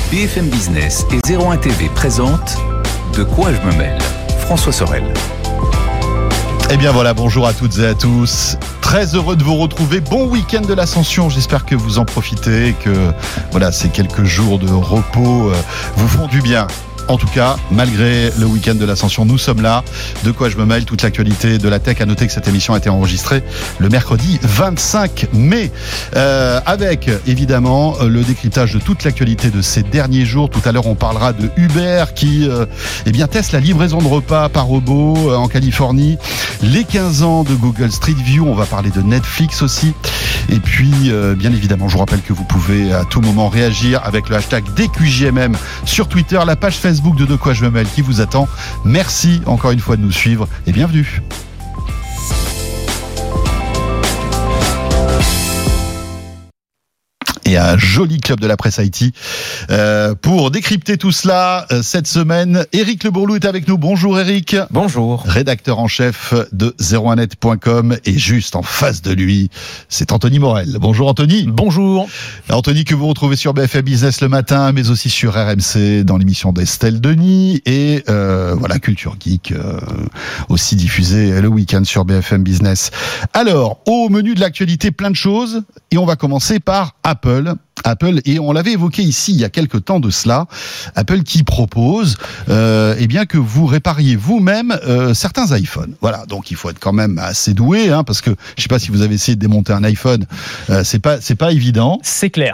BFM Business et 01 TV présentent De quoi je me mêle ? François Sorel. Eh bien voilà, bonjour à toutes et à tous. Très heureux de vous retrouver. Bon week-end de l'Ascension. J'espère que vous en profitez, que voilà, ces quelques jours de repos vous font du bien. En tout cas, malgré le week-end de l'Ascension, nous sommes là. De quoi je me mêle, toute l'actualité de la tech. À noter que cette émission a été enregistrée le mercredi 25 mai. Avec, évidemment, le décryptage de toute l'actualité de ces derniers jours. Tout à l'heure, on parlera de Uber qui teste la livraison de repas par robot en Californie. Les 15 ans de Google Street View. On va parler de Netflix aussi. Et puis, bien évidemment, je vous rappelle que vous pouvez à tout moment réagir avec le hashtag DQJMM sur Twitter, la page Facebook de quoi je me mêle qui vous attend. Merci encore une fois de nous suivre et bienvenue. Et un joli club de la presse IT pour décrypter tout cela cette semaine. Éric Le Bourlou est avec nous. Bonjour Éric. Bonjour. Rédacteur en chef de 01net.com et juste en face de lui, c'est Anthony Morel. Bonjour Anthony. Bonjour. Anthony que vous retrouvez sur BFM Business le matin, mais aussi sur RMC dans l'émission d'Estelle Denis et Culture Geek aussi diffusée le week-end sur BFM Business. Alors, au menu de l'actualité, plein de choses et on va commencer par Apple, et on l'avait évoqué ici il y a quelques temps de cela, Apple qui propose que vous répariez vous-même certains iPhones. Voilà, donc il faut être quand même assez doué, parce que je sais pas si vous avez essayé de démonter un iPhone, c'est pas évident. C'est clair.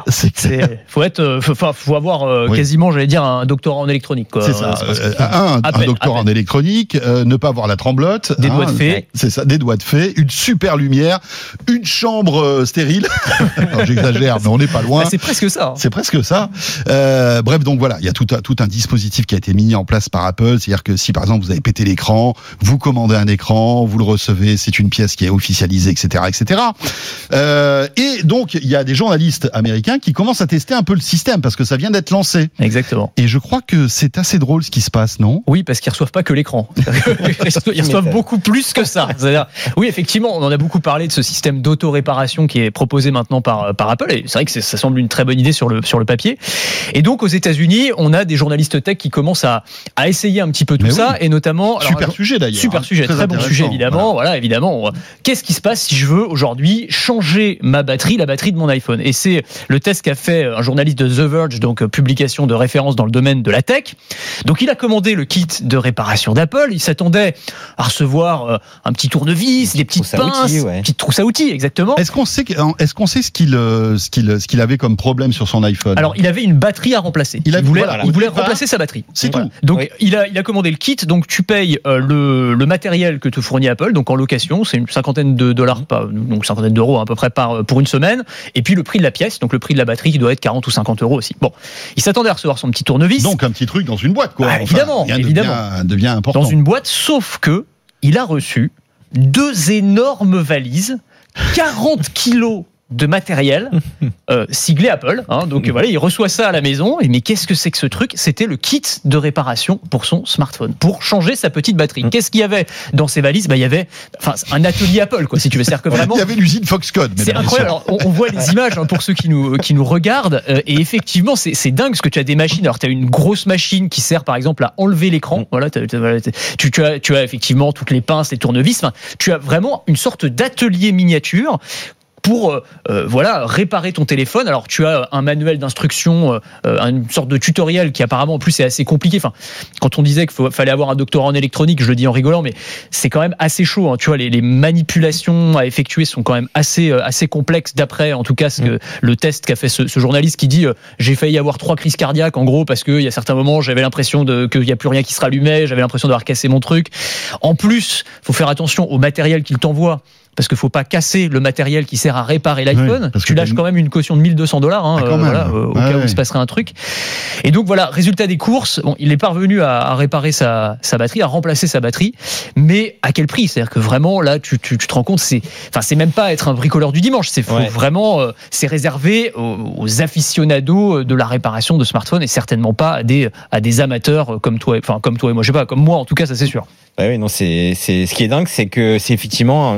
Faut avoir quasiment, j'allais dire, un doctorat en électronique, quoi. C'est ça. Un doctorat en électronique, ne pas avoir la tremblote, des doigts de fée. C'est ça, des doigts de fée, une super lumière, une chambre stérile. Non, j'exagère, mais on n'est pas loin. C'est presque ça. C'est presque ça. Bref, donc voilà, il y a tout un dispositif qui a été mis en place par Apple. C'est-à-dire que si par exemple vous avez pété l'écran, vous commandez un écran, vous le recevez, c'est une pièce qui est officialisée, etc., etc. Et donc il y a des journalistes américains qui commencent à tester un peu le système parce que ça vient d'être lancé. Exactement. Et je crois que c'est assez drôle ce qui se passe, non ? Oui, parce qu'ils reçoivent pas que l'écran. Ils reçoivent beaucoup plus que ça. C'est-à-dire, oui, effectivement, on en a beaucoup parlé de ce système d'auto-réparation qui est proposé maintenant par Apple. Et c'est vrai que ça semble une très bonne idée sur le papier. Et donc aux États-Unis, on a des journalistes tech qui commencent à essayer un petit peu tout ça, et notamment sujet d'ailleurs. Super sujet, très bon sujet évidemment. Voilà, évidemment. Qu'est-ce qui se passe si je veux aujourd'hui changer la batterie de mon iPhone ? Et c'est le test qu'a fait un journaliste de The Verge, donc publication de référence dans le domaine de la tech. Donc il a commandé le kit de réparation d'Apple. Il s'attendait à recevoir un petit tournevis, des petites pinces, une petite trousse à outils, exactement. Est-ce qu'on sait ce qu'il avait comme problème sur son iPhone ? Alors, il avait une batterie à remplacer. Il voulait remplacer sa batterie. C'est tout. Donc, il a commandé le kit. Donc, tu payes le matériel que te fournit Apple. Donc, en location, c'est une cinquantaine de dollars, donc cinquantaine d'euros à peu près pour une semaine. Et puis, le prix de la pièce, donc le prix de la batterie qui doit être 40 ou 50 euros aussi. Bon, il s'attendait à recevoir son petit tournevis. Donc, un petit truc dans une boîte, quoi. Évidemment. Devient important. Dans une boîte, sauf que il a reçu 2 énormes valises, 40 kilos de matériel siglé Apple, donc voilà, il reçoit ça à la maison. Mais qu'est-ce que c'est que ce truc ? C'était le kit de réparation pour son smartphone, pour changer sa petite batterie. Qu'est-ce qu'il y avait dans ces valises ? Il y avait un atelier Apple, quoi, si tu veux. C'est-à-dire que vraiment, il y avait l'usine Foxconn. C'est incroyable. Alors, on voit les images pour ceux qui nous regardent, et effectivement c'est dingue parce que tu as des machines. Alors tu as une grosse machine qui sert par exemple à enlever l'écran. Voilà, tu as effectivement toutes les pinces, les tournevis. Tu as vraiment une sorte d'atelier miniature pour réparer ton téléphone. Alors tu as un manuel d'instruction, une sorte de tutoriel qui apparemment en plus est assez compliqué. Quand on disait qu'il fallait avoir un doctorat en électronique, je le dis en rigolant, mais c'est quand même assez chaud. Tu vois, les manipulations à effectuer sont quand même assez complexes d'après, en tout cas, le test qu'a fait ce journaliste qui dit j'ai failli avoir 3 crises cardiaques en gros parce qu'il y a certains moments j'avais l'impression qu'il n'y a plus rien qui se rallumait, j'avais l'impression d'avoir cassé mon truc. En plus, faut faire attention au matériel qu'il t'envoie. Parce qu'il faut pas casser le matériel qui sert à réparer l'iPhone. Tu lâches quand même une caution de $1 200, au cas où il se passerait un truc. Et donc voilà, résultat des courses, il est parvenu à réparer sa batterie, à remplacer sa batterie, mais à quel prix ? C'est-à-dire que vraiment là, tu te rends compte, c'est même pas être un bricoleur du dimanche, vraiment, c'est réservé aux aficionados de la réparation de smartphones et certainement pas à des amateurs comme toi et moi, je sais pas, comme moi en tout cas, ça c'est sûr. Ouais, non, c'est ce qui est dingue, c'est que c'est effectivement un kit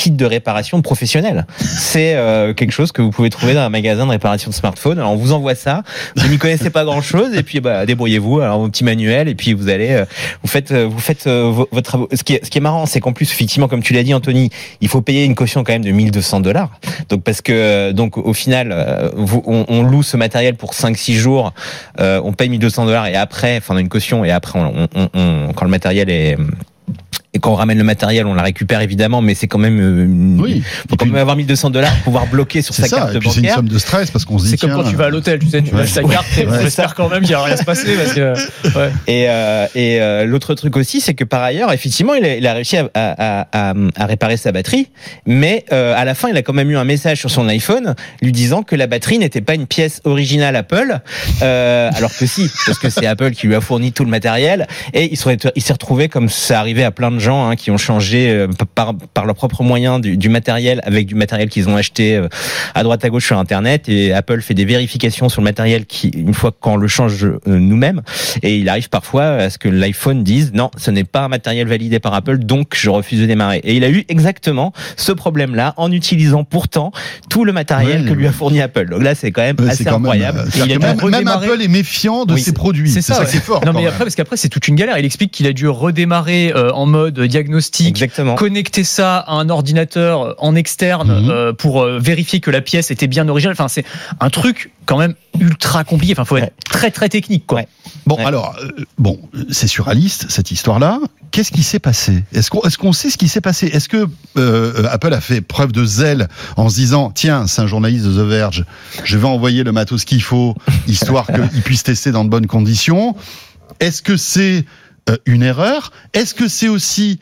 kit de réparation professionnel. C'est quelque chose que vous pouvez trouver dans un magasin de réparation de smartphone. Alors on vous envoie ça, vous n'y connaissez pas grand chose et puis débrouillez-vous. Alors vos petits manuels et puis vous allez vous faites votre travaux. Ce qui est marrant, c'est qu'en plus effectivement comme tu l'as dit Anthony, il faut payer une caution quand même de $1,200. Donc parce que au final on loue ce matériel pour 5-6 jours, on paye $1,200 et après on a une caution et après on quand le matériel est et quand on ramène le matériel, on la récupère évidemment, mais c'est quand même faut quand même avoir $1,200 pour pouvoir bloquer sur sa carte bancaire. C'est une somme de stress parce qu'on se dit c'est comme quand tu vas à l'hôtel, tu sais, tu lâches ta carte et j'espère quand même qu'il va rien se passer parce que et l'autre truc aussi, c'est que par ailleurs, effectivement, il a réussi à réparer sa batterie, mais à la fin, il a quand même eu un message sur son iPhone lui disant que la batterie n'était pas une pièce originale Apple, alors que si, parce que c'est Apple qui lui a fourni tout le matériel et il s'est retrouvé comme ça arrivait à plein de gens qui ont changé par leurs propres moyens du matériel avec du matériel qu'ils ont acheté à droite à gauche sur Internet et Apple fait des vérifications sur le matériel qui une fois qu'on le change nous-mêmes et il arrive parfois à ce que l'iPhone dise non, ce n'est pas un matériel validé par Apple donc je refuse de démarrer. Et il a eu exactement ce problème-là en utilisant pourtant tout le matériel que lui a fourni Apple. Donc là c'est quand même assez incroyable. Même Apple est méfiant de ses produits. C'est ça qui est fort. Non mais après parce qu'après c'est toute une galère. Il explique qu'il a dû redémarrer en mode diagnostic, exactement. Connecter ça à un ordinateur en externe pour vérifier que la pièce était bien originale. Enfin, c'est un truc quand même ultra compliqué. Enfin, faut être très très technique, quoi. Bon, alors, c'est surréaliste cette histoire-là. Qu'est-ce qui s'est passé ? Est-ce qu'on sait ce qui s'est passé ? Est-ce que Apple a fait preuve de zèle en se disant tiens, c'est un journaliste de The Verge, je vais envoyer le matos qu'il faut histoire qu'il puisse tester dans de bonnes conditions ? Est-ce que c'est une erreur ? Est-ce que c'est aussi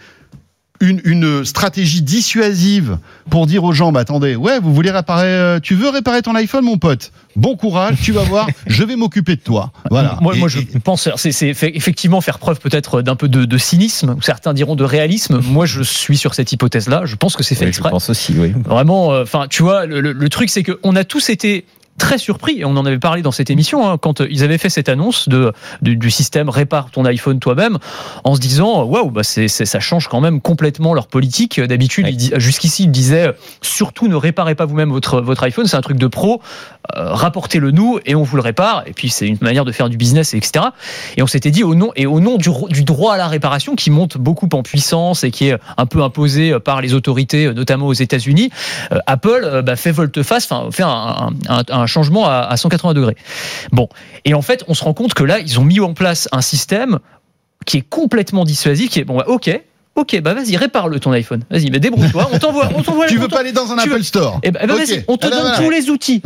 une stratégie dissuasive pour dire aux gens attendez, vous voulez tu veux réparer ton iPhone mon pote ? Bon courage, tu vas voir, je vais m'occuper de toi. Voilà. Moi je pense c'est effectivement faire preuve peut-être d'un peu de cynisme, certains diront de réalisme. Moi je suis sur cette hypothèse-là, je pense que c'est fait exprès. Je pense aussi, oui. Vraiment tu vois le truc c'est que on a tous été très surpris, et on en avait parlé dans cette émission, quand ils avaient fait cette annonce du système répare ton iPhone toi-même, en se disant waouh, ça change quand même complètement leur politique. D'habitude, jusqu'ici, ils disaient surtout ne réparez pas vous-même votre iPhone, c'est un truc de pro, rapportez-le nous et on vous le répare. Et puis c'est une manière de faire du business, etc. Et on s'était dit au nom du droit à la réparation qui monte beaucoup en puissance et qui est un peu imposé par les autorités, notamment aux États-Unis, Apple fait volte-face, fait un changement à 180 degrés. Bon, et en fait, on se rend compte que là, ils ont mis en place un système qui est complètement dissuasif, qui est ok, vas-y, répare-le ton iPhone. Vas-y, mais débrouille-toi, on t'envoie. Tu veux pas aller dans un Apple Store ? Vas-y, on te donne tous les outils.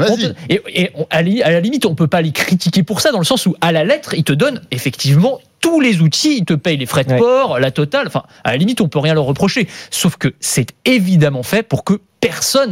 À la limite, on peut pas les critiquer pour ça, dans le sens où, à la lettre, ils te donnent effectivement tous les outils, ils te payent les frais de port, la totale. Enfin, à la limite, on peut rien leur reprocher. Sauf que c'est évidemment fait pour que personne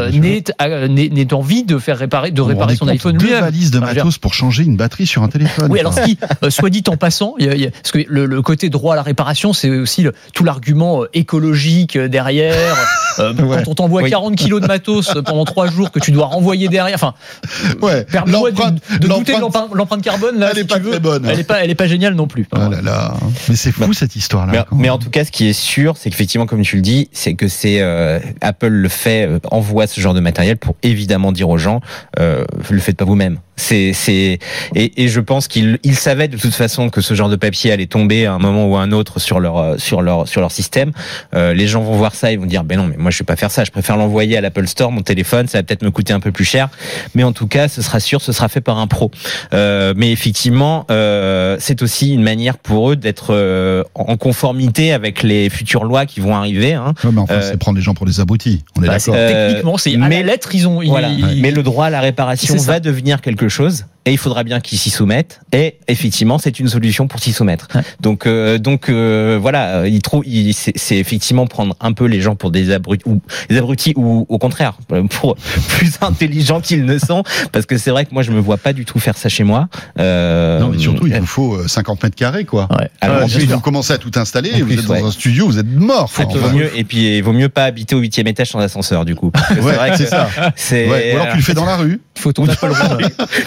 n'ait envie de réparer son iPhone lui-même. 2 valises de matos pour changer une batterie sur un téléphone. Oui, alors soit dit en passant, parce que le côté droit à la réparation, c'est aussi tout l'argument écologique derrière. Quand on t'envoie 40 kilos de matos pendant 3 jours que tu dois renvoyer derrière, permets-moi de douter de l'empreinte carbone. Là, elle est pas très bonne. Elle est pas géniale non plus. Ah là là. Mais c'est fou cette histoire-là. Mais en tout cas, ce qui est sûr, c'est qu'effectivement, comme tu le dis, c'est que Apple le envoie ce genre de matériel pour évidemment dire aux gens, le faites pas vous-même. Et je pense qu'il savait de toute façon que ce genre de papier allait tomber à un moment ou à un autre sur leur système. Les gens vont voir ça, ils vont dire non, mais moi je vais pas faire ça, je préfère l'envoyer à l'Apple Store, mon téléphone, ça va peut-être me coûter un peu plus cher, mais en tout cas ce sera fait par un pro. Mais effectivement, c'est aussi une manière pour eux d'être en conformité avec les futures lois qui vont arriver. Ouais, mais enfin, c'est prendre les gens pour des abrutis. On est d'accord. Techniquement, c'est à la lettre, mais le droit à la réparation va devenir quelque chose. Et il faudra bien qu'ils s'y soumettent. Et effectivement, c'est une solution pour s'y soumettre. Ouais. Donc voilà, c'est effectivement prendre un peu les gens pour des abrutis ou au contraire pour plus intelligents qu'ils ne sont. Parce que c'est vrai que moi, je me vois pas du tout faire ça chez moi. Non, mais surtout, il vous faut 50 mètres carrés, quoi. Ouais. Alors ensuite, vous commenêtes à tout installer. Et vous êtes dans un studio, vous êtes mort. Et puis, il vaut mieux pas habiter au 8e étage sans ascenseur, du coup. C'est vrai que c'est ça. Ou alors tu le fais dans la rue. Il faut ton Apple One.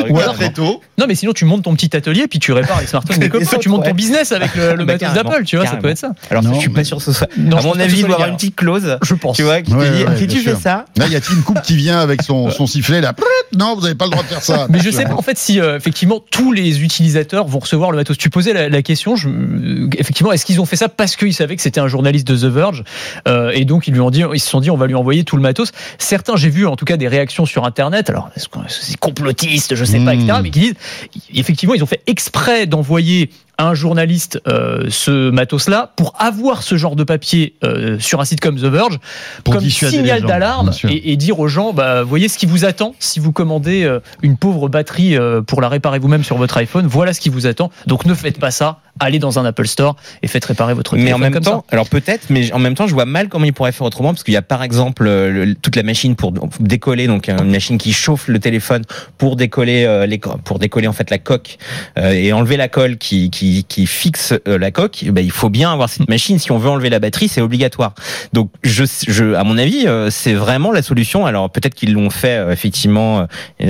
rue. Ouais, très tôt. Non, mais sinon, tu montes ton petit atelier, puis tu répares les smartphones des copains, tu montes ton business avec le matos d'Apple, tu vois, ça peut être ça. Alors, Non, je suis mais- pas sûr que ce soit. Non, À je mon pense pas avis, que il ce doit soit avoir une petite clause. Je pense. Tu vois, qui te Ouais, dit, ouais, si bien tu fais sûr. ça. Là, y a Tim Cook qui vient avec son sifflet là. Non, vous n'avez pas le droit de faire ça. Mais je sais pas en fait si effectivement tous les utilisateurs vont recevoir le matos. Tu posais la question, effectivement, est-ce qu'ils ont fait ça parce qu'ils savaient que c'était un journaliste de The Verge et donc ils se sont dit on va lui envoyer tout le matos. Certains, j'ai vu en tout cas des réactions sur internet. Alors est-ce que c'est complotiste, je sais pas, etc. Mais qui disent effectivement ils ont fait exprès d'envoyer à un journaliste ce matos-là pour avoir ce genre de papier sur un site comme The Verge Pour comme dissuader signal les gens, d'alarme bien sûr. et dire aux gens voyez ce qui vous attend si vous commandez une pauvre batterie pour la réparer vous-même sur votre iPhone, voilà ce qui vous attend, donc ne faites pas ça, allez dans un Apple Store et faites réparer votre téléphone. Mais en même comme temps, alors peut-être, mais en même temps, je vois mal comment ils pourraient faire autrement, parce qu'il y a par exemple toute la machine pour décoller, donc une machine qui chauffe le téléphone pour décoller pour décoller en fait la coque et enlever la colle qui fixe la coque. Il faut bien avoir cette machine. Si on veut enlever la batterie, c'est obligatoire. Donc à mon avis, c'est vraiment la solution. Alors peut-être qu'ils l'ont fait effectivement. Ils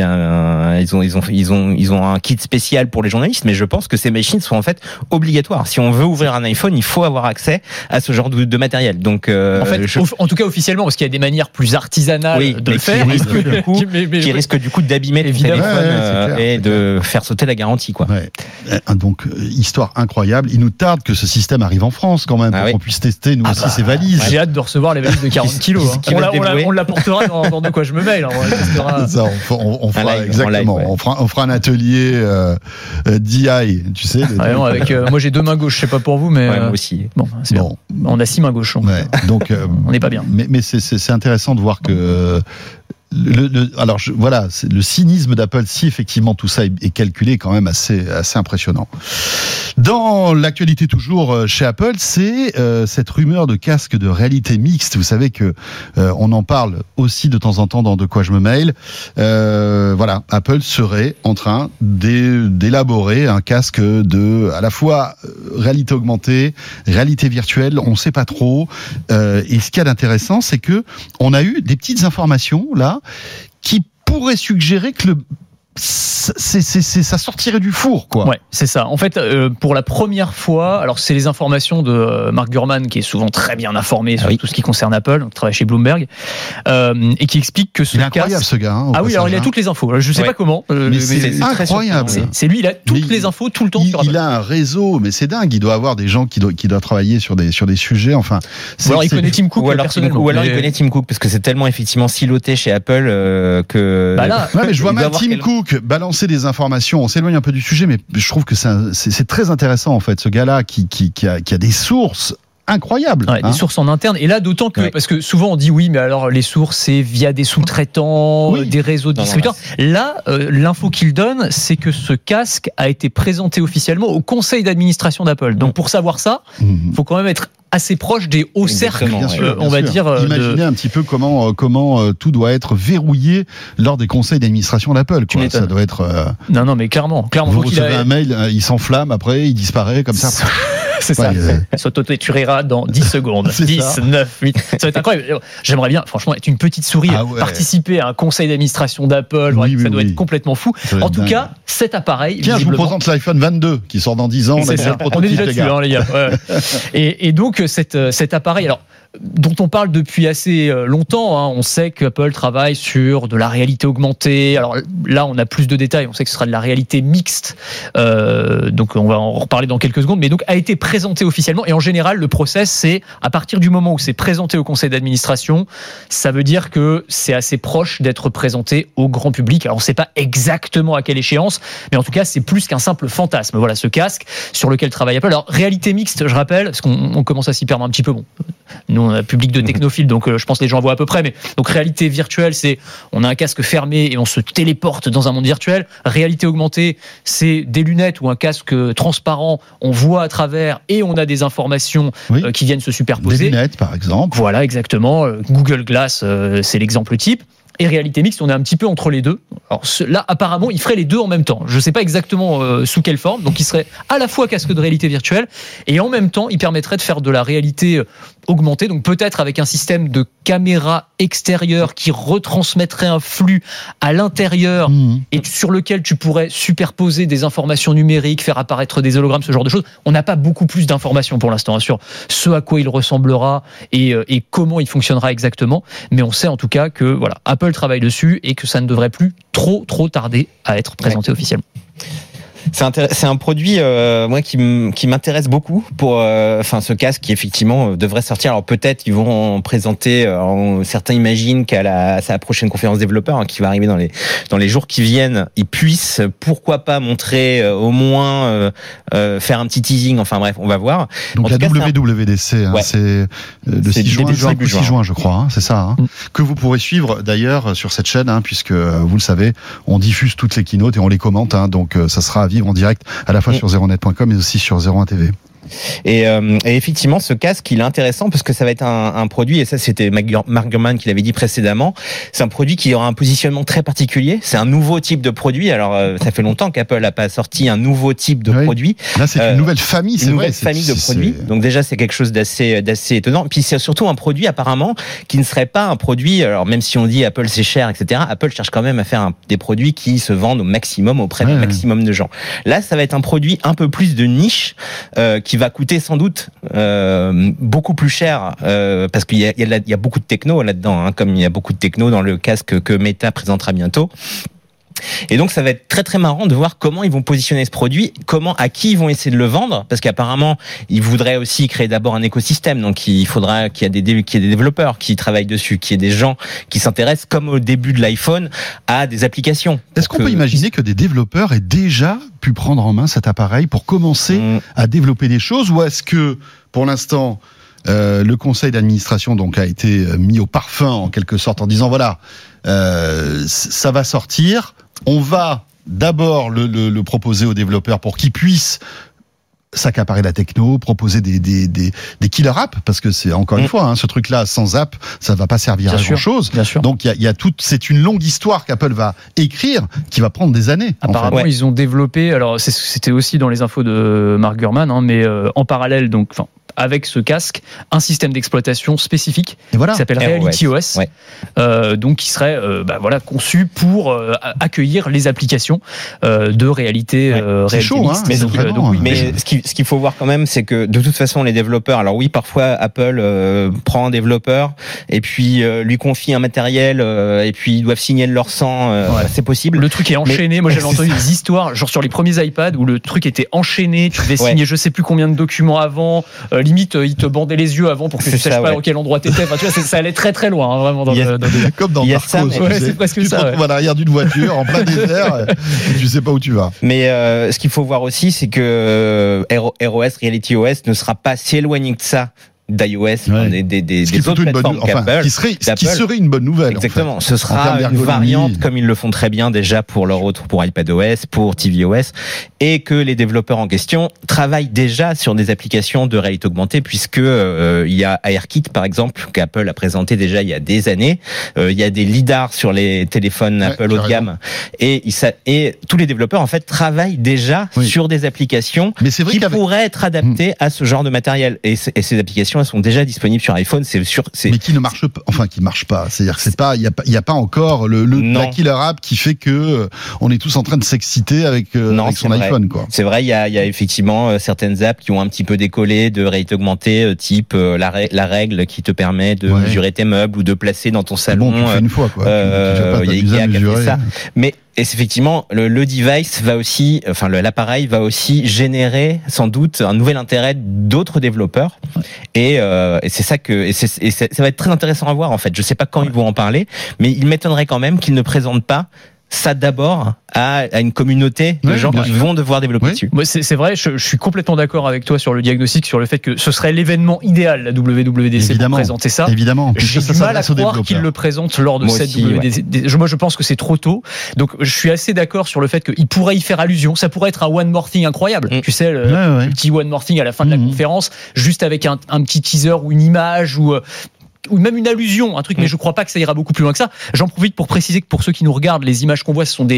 ont un kit spécial pour les journalistes, mais je pense que ces machines sont en fait obligatoires. Si on veut ouvrir un iPhone, il faut avoir accès à ce genre de matériel. Donc, en fait, en tout cas officiellement, parce qu'il y a des manières plus artisanales de le faire, qui risquent du coup d'abîmer le Évidemment. téléphone et de faire sauter la garantie, quoi. Ouais. Donc, histoire incroyable. Il nous tarde que ce système arrive en France quand même, pour qu'on puisse tester nous aussi ces valises. J'ai hâte de recevoir les valises de 40 kilos. On l'apportera dans De quoi je me mêle. Ça, on fera exactement. Live, ouais. On fera un atelier DI, tu sais. Avec moi j'ai 2 mains gauches, je sais pas pour vous, mais moi aussi. Bon, c'est bon. On a 6 mains gauches. Donc on n'est pas bien. Mais c'est intéressant de voir que. Voilà, c'est le cynisme d'Apple, si effectivement tout ça est calculé, quand même assez impressionnant. Dans l'actualité toujours chez Apple, c'est cette rumeur de casque de réalité mixte. Vous savez que on en parle aussi de temps en temps dans De quoi je me mail. Voilà, Apple serait en train d'élaborer un casque de à la fois réalité augmentée, réalité virtuelle. On ne sait pas trop. Et ce qu'il y a d'intéressant, c'est que on a eu des petites informations là qui pourraient suggérer que ça sortirait du four, quoi. Ouais, c'est ça. En fait, pour la première fois, alors c'est les informations de Mark Gurman, qui est souvent très bien informé sur tout ce qui concerne Apple, donc travaille chez Bloomberg, et qui explique que ce il est incroyable ce gars. Hein, oui, alors il a toutes les infos. Je sais pas comment. Mais c'est incroyable. C'est lui, il a toutes les infos tout le temps sur Apple. Il a un réseau, mais c'est dingue. Il doit avoir des gens qui doivent travailler sur des sujets. Enfin, ou alors il connaît Tim Cook personnellement. Ou alors il connaît Tim Cook parce que c'est tellement effectivement siloté chez Apple que. Mais je vois mal Tim Cook balancer des informations. On s'éloigne un peu du sujet, mais je trouve que c'est très intéressant en fait. Ce gars-là qui a des sources incroyable. Des sources en interne. Et là, d'autant que, parce que souvent on dit oui, mais alors les sources, c'est via des sous-traitants, des réseaux de distributeurs. Là, l'info qu'il donne, c'est que ce casque a été présenté officiellement au conseil d'administration d'Apple. Donc pour savoir ça, il faut quand même être assez proche des hauts cercles, on va dire. Imaginez un petit peu comment tout doit être verrouillé lors des conseils d'administration d'Apple. Ça doit être. Non, mais clairement. Vous recevez un mail, il s'enflamme après, il disparaît comme ça. C'est ça. Il s'auto-détruira dans 10 secondes. 10, 9, 8. Ça va être incroyable. J'aimerais bien, franchement, être une petite souris, participer à un conseil d'administration d'Apple. Ça doit être complètement fou. En tout cas, cet appareil. Tiens, je vous présente l'iPhone 22 qui sort dans 10 ans. On est déjà dessus, les gars. Et donc, cet appareil, alors, dont on parle depuis assez longtemps, on sait qu'Apple travaille sur de la réalité augmentée. Alors là, on a plus de détails. On sait que ce sera de la réalité mixte. Donc, on va en reparler dans quelques secondes. Mais donc, a été présenté officiellement. Et en général, le process, c'est à partir du moment où c'est présenté au conseil d'administration, ça veut dire que c'est assez proche d'être présenté au grand public. Alors, on ne sait pas exactement à quelle échéance, mais en tout cas, c'est plus qu'un simple fantasme. Voilà, ce casque sur lequel travaille Apple. Alors, réalité mixte, je rappelle, parce qu'on commence à s'y perdre un petit peu. Bon, nous, on a un public de technophiles, donc je pense que les gens voient à peu près. Mais donc, réalité virtuelle, c'est on a un casque fermé et on se téléporte dans un monde virtuel. Réalité augmentée, c'est des lunettes ou un casque transparent. On voit à travers et on a des informations qui viennent se superposer. Des lunettes, par exemple. Voilà, exactement. Google Glass, c'est l'exemple type. Et réalité mixte, on est un petit peu entre les deux. Alors là, apparemment, il ferait les deux en même temps. Je ne sais pas exactement sous quelle forme. Donc, il serait à la fois casque de réalité virtuelle et en même temps, il permettrait de faire de la réalité augmentée. Donc, peut-être avec un système de caméra extérieure qui retransmettrait un flux à l'intérieur et sur lequel tu pourrais superposer des informations numériques, faire apparaître des hologrammes, ce genre de choses. On n'a pas beaucoup plus d'informations pour l'instant sur ce à quoi il ressemblera et comment il fonctionnera exactement, mais on sait en tout cas que voilà, Apple travaille dessus et que ça ne devrait plus trop tarder à être présenté officiellement. C'est un produit moi qui m'intéresse beaucoup pour ce casque qui effectivement devrait sortir. Alors peut-être ils vont en présenter, certains imaginent qu'à sa prochaine conférence développeur qui va arriver dans les jours qui viennent, ils puissent pourquoi pas montrer au moins faire un petit teasing. Enfin bref, on va voir. Donc la WWDC, c'est le 6 juin, je crois, c'est ça, que vous pourrez suivre d'ailleurs sur cette chaîne, puisque vous le savez, on diffuse toutes les keynotes et on les commente, donc ça sera à vivre en direct à la fois sur 01net.com mais aussi sur 01 TV. Et effectivement, ce casque, il est intéressant parce que ça va être un produit, et ça c'était Mark Gurman qui l'avait dit précédemment, c'est un produit qui aura un positionnement très particulier, c'est un nouveau type de produit. Alors ça fait longtemps qu'Apple n'a pas sorti un nouveau type de produit. Là c'est une nouvelle famille, c'est vrai. Famille de produits, donc déjà c'est quelque chose d'assez étonnant. Puis c'est surtout un produit apparemment qui ne serait pas un produit, alors même si on dit Apple c'est cher, etc., Apple cherche quand même à faire des produits qui se vendent au maximum, auprès du maximum de gens. Là ça va être un produit un peu plus de niche, qui va coûter sans doute beaucoup plus cher, parce qu'il y a beaucoup de techno là-dedans, comme il y a beaucoup de techno dans le casque que Meta présentera bientôt. Et donc ça va être très très marrant de voir comment ils vont positionner ce produit, à qui ils vont essayer de le vendre, parce qu'apparemment ils voudraient aussi créer d'abord un écosystème, donc il faudra qu'il y ait des développeurs qui travaillent dessus, qu'il y ait des gens qui s'intéressent comme au début de l'iPhone à des applications. Est-ce qu'on peut imaginer que des développeurs aient déjà pu prendre en main cet appareil pour commencer à développer des choses, ou est-ce que pour l'instant le conseil d'administration donc a été mis au parfum en quelque sorte en disant voilà, ça va sortir, on va d'abord le proposer aux développeurs pour qu'ils puissent s'accaparer la techno, proposer des killer apps, parce que c'est encore une fois, ce truc-là sans app, ça va pas servir à grand-chose. Donc il y a c'est une longue histoire qu'Apple va écrire, qui va prendre des années. Apparemment, ils ont développé, alors c'était aussi dans les infos de Mark Gurman, mais en parallèle, donc avec ce casque, un système d'exploitation spécifique qui s'appelle Reality OS, donc qui serait conçu pour accueillir les applications de réalité c'est chaud, mais ce qu'il faut voir quand même, c'est que de toute façon les développeurs, alors oui, parfois Apple prend un développeur et puis lui confie un matériel et puis ils doivent signer de leur sang, c'est possible. Le truc est enchaîné. Moi j'avais entendu des histoires genre sur les premiers iPads où le truc était enchaîné, tu devais signer je sais plus combien de documents avant, limite ils te bandaient les yeux avant pour que tu saches pas à quel endroit t'étais. Enfin, tu vois, ça allait très très loin, vraiment. Comme dans Narcos, c'est presque tu te retrouves à l'arrière d'une voiture en plein désert et tu sais pas où tu vas. Mais ce qu'il faut voir aussi, c'est que ROS, Reality OS ne sera pas si éloigné que ça d'iOS, des autres plateformes qu'Apple. Qui serait une bonne nouvelle. Exactement. Ce sera une variante comme ils le font très bien déjà pour iPadOS, pour tvOS, et que les développeurs en question travaillent déjà sur des applications de réalité augmentée, puisque il y a AirKit par exemple qu'Apple a présenté déjà il y a des années. Il y a des lidars sur les téléphones Apple haut de gamme, et tous les développeurs en fait travaillent déjà sur des applications qui pourraient être adaptées à ce genre de matériel. Et ces applications elles sont déjà disponibles sur iPhone, c'est sûr. Mais qui ne marchent pas. C'est-à-dire que il y a pas encore la killer app qui fait que on est tous en train de s'exciter avec son iPhone, quoi. C'est vrai, il y a effectivement certaines apps qui ont un petit peu décollé de réalité augmentée, type la règle qui te permet de mesurer tes meubles ou de placer dans ton salon. Bon, tu fais une fois, quoi. Il y a Ikea qui a fait ça. Mais effectivement, le device va aussi, l'appareil va aussi générer sans doute un nouvel intérêt d'autres développeurs. Et c'est ça ça va être très intéressant à voir en fait. Je sais pas quand ils vont en parler, mais il m'étonnerait quand même qu'ils ne présentent pas ça d'abord à une communauté de gens qui vont devoir développer dessus. Moi, c'est vrai, je suis complètement d'accord avec toi sur le diagnostic, sur le fait que ce serait l'événement idéal, la WWDC, pour présenter ça. Évidemment. J'ai du mal à croire qu'ils le présentent lors de cette WWDC. Moi, je pense que c'est trop tôt. Donc, je suis assez d'accord sur le fait qu'il pourrait y faire allusion. Ça pourrait être un One More Thing incroyable. Tu sais, le petit One More Thing à la fin de la conférence, juste avec un petit teaser ou une image ou même une allusion, un truc, mais je crois pas que ça ira beaucoup plus loin que ça. J'en profite pour préciser que pour ceux qui nous regardent, les images qu'on voit, ce sont des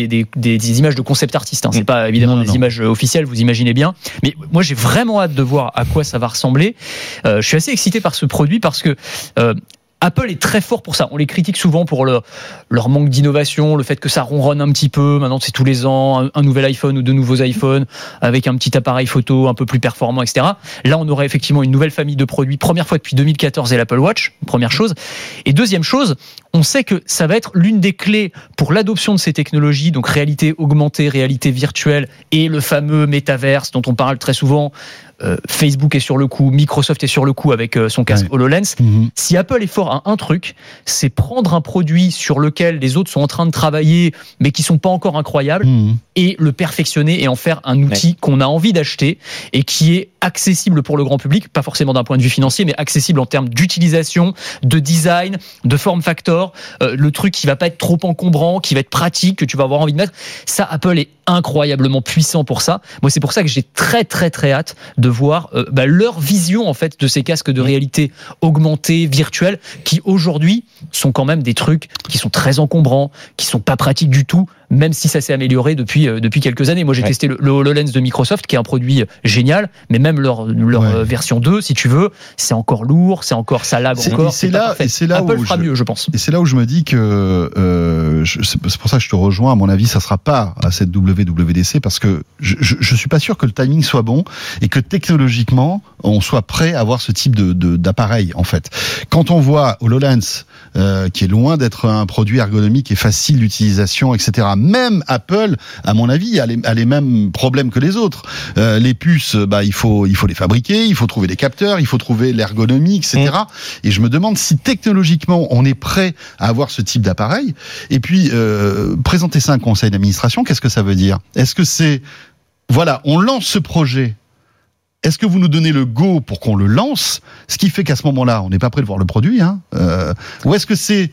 images de concept artistes. C'est pas évidemment des images officielles, vous imaginez bien. Mais moi, j'ai vraiment hâte de voir à quoi ça va ressembler. Je suis assez excité par ce produit parce que Apple est très fort pour ça. On les critique souvent pour leur manque d'innovation, le fait que ça ronronne un petit peu. Maintenant, c'est tous les ans un nouvel iPhone ou 2 nouveaux iPhones avec un petit appareil photo un peu plus performant, etc. Là, on aurait effectivement une nouvelle famille de produits. Première fois depuis 2014 et l'Apple Watch, première chose. Et deuxième chose, on sait que ça va être l'une des clés pour l'adoption de ces technologies, donc réalité augmentée, réalité virtuelle et le fameux métaverse dont on parle très souvent. Facebook est sur le coup, Microsoft est sur le coup avec son casque HoloLens. Si Apple est fort à un truc, c'est prendre un produit sur lequel les autres sont en train de travailler, mais qui sont pas encore incroyables, et le perfectionner et en faire un outil qu'on a envie d'acheter et qui est accessible pour le grand public, pas forcément d'un point de vue financier, mais accessible en termes d'utilisation, de design, de form factor, le truc qui va pas être trop encombrant, qui va être pratique, que tu vas avoir envie de mettre. Ça, Apple est incroyablement puissant pour ça. Moi, c'est pour ça que j'ai très très très hâte de voir leur vision en fait de ces casques de réalité augmentée, virtuelle, qui aujourd'hui sont quand même des trucs qui sont très encombrants, qui sont pas pratiques du tout, même si ça s'est amélioré depuis quelques années. Moi, j'ai testé le HoloLens de Microsoft, qui est un produit génial, mais même leur version 2, si tu veux, c'est encore lourd, ça lag encore. C'est là Apple où fera mieux, je pense. Et c'est là où je me dis que c'est pour ça que je te rejoins. À mon avis, ça sera pas à cette WWDC, parce que je suis pas sûr que le timing soit bon et que technologiquement on soit prêt à avoir ce type d'appareil. En fait, quand on voit HoloLens, qui est loin d'être un produit ergonomique et facile d'utilisation, etc. Même Apple, à mon avis, a les mêmes problèmes que les autres. Les puces, il faut les fabriquer, il faut trouver les capteurs, il faut trouver l'ergonomie, etc. Et je me demande si technologiquement on est prêt à avoir ce type d'appareil. Et puis présenter ça à un conseil d'administration, qu'est-ce que ça veut dire ? Est-ce que c'est on lance ce projet? Est-ce que vous nous donnez le go pour qu'on le lance, ce qui fait qu'à ce moment-là, on n'est pas prêt de voir le produit, ou est-ce que c'est,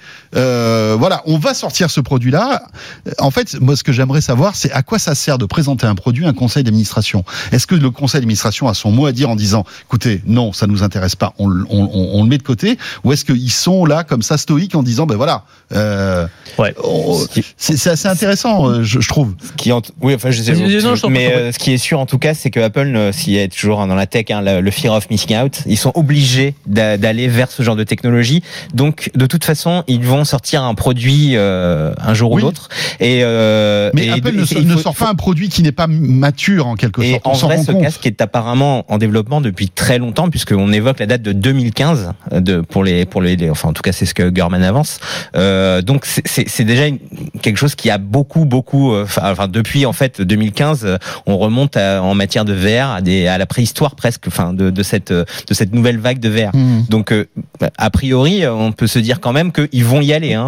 on va sortir ce produit-là. En fait, moi, ce que j'aimerais savoir, c'est à quoi ça sert de présenter un produit à un conseil d'administration. Est-ce que le conseil d'administration a son mot à dire en disant, écoutez, non, ça nous intéresse pas, on le met de côté, ou est-ce qu'ils sont là comme ça stoïques en disant, c'est assez intéressant, je trouve. Ce qui est sûr en tout cas, c'est que Apple, s'il y a toujours dans la tech, le fear of missing out, ils sont obligés d'aller vers ce genre de technologie. Donc, de toute façon, ils vont sortir un produit un jour ou l'autre. Mais Apple ne sort pas un produit qui n'est pas mature en quelque sorte. Et en vrai, ce casque est apparemment en développement depuis très longtemps, puisqu'on évoque la date de 2015 pour les, enfin en tout cas c'est ce que Gurman avance. Donc c'est déjà quelque chose qui a beaucoup depuis en fait 2015, on remonte en matière de VR à la préhistoire presque, de cette nouvelle vague de VR. Donc a priori, on peut se dire quand même qu'ils vont y aller.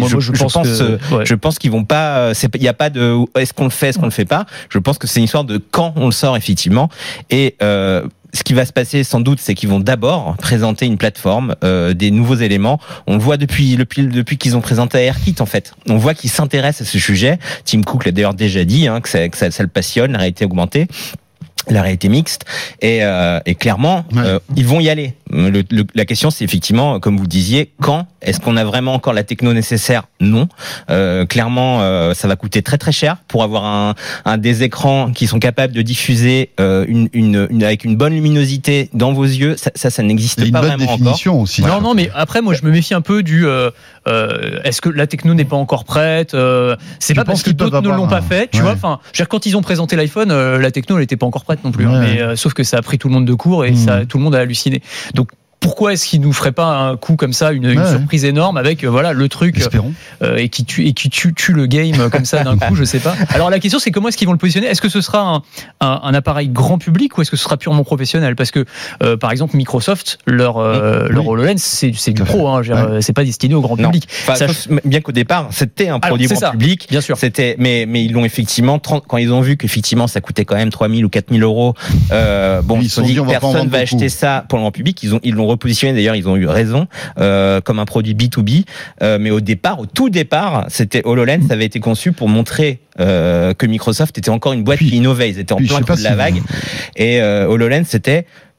Je pense qu'ils vont pas. Il y a pas de est-ce qu'on le fait, est-ce qu'on le fait pas. Je pense que c'est une histoire de quand on le sort effectivement. Et ce qui va se passer sans doute, c'est qu'ils vont d'abord présenter une plateforme, des nouveaux éléments. On le voit depuis qu'ils ont présenté AirKit en fait. On voit qu'ils s'intéressent à ce sujet. Tim Cook l'a d'ailleurs déjà dit que ça le passionne, la réalité augmentée, la réalité mixte, et clairement ils vont y aller. La question c'est effectivement, comme vous disiez, quand est-ce qu'on a vraiment encore la techno nécessaire? Non. Clairement, ça va coûter très très cher pour avoir des écrans qui sont capables de diffuser avec une bonne luminosité dans vos yeux. Ça n'existe pas vraiment encore. Aussi. Non, mais après moi je me méfie un peu du est-ce que la techno n'est pas encore prête? C'est pas parce que d'autres ne l'ont pas fait, tu vois. Enfin, quand ils ont présenté l'iPhone, la techno elle était pas encore prête non plus. Mais sauf que ça a pris tout le monde de court et tout le monde a halluciné. Donc pourquoi est-ce qu'il nous ferait pas un coup comme ça, une surprise énorme avec le truc et qui tue le game comme ça d'un coup, je sais pas. Alors la question c'est comment est-ce qu'ils vont le positionner? Est-ce que ce sera un appareil grand public ou est-ce que ce sera purement professionnel? Parce que par exemple Microsoft leur HoloLens c'est du pro, c'est pas destiné au grand public. Bien qu'au départ c'était un produit grand public, bien sûr. Mais ils l'ont effectivement quand ils ont vu qu'effectivement ça coûtait quand même 3 000 ou 4 000 euros. Ils se sont dit personne va acheter ça pour le grand public. Ils l'ont repositionné, d'ailleurs ils ont eu raison, comme un produit B2B, mais au tout départ c'était HoloLens, ça avait été conçu pour montrer que Microsoft était encore une boîte qui innovait, ils étaient en plein coup de la vague, et HoloLens c'était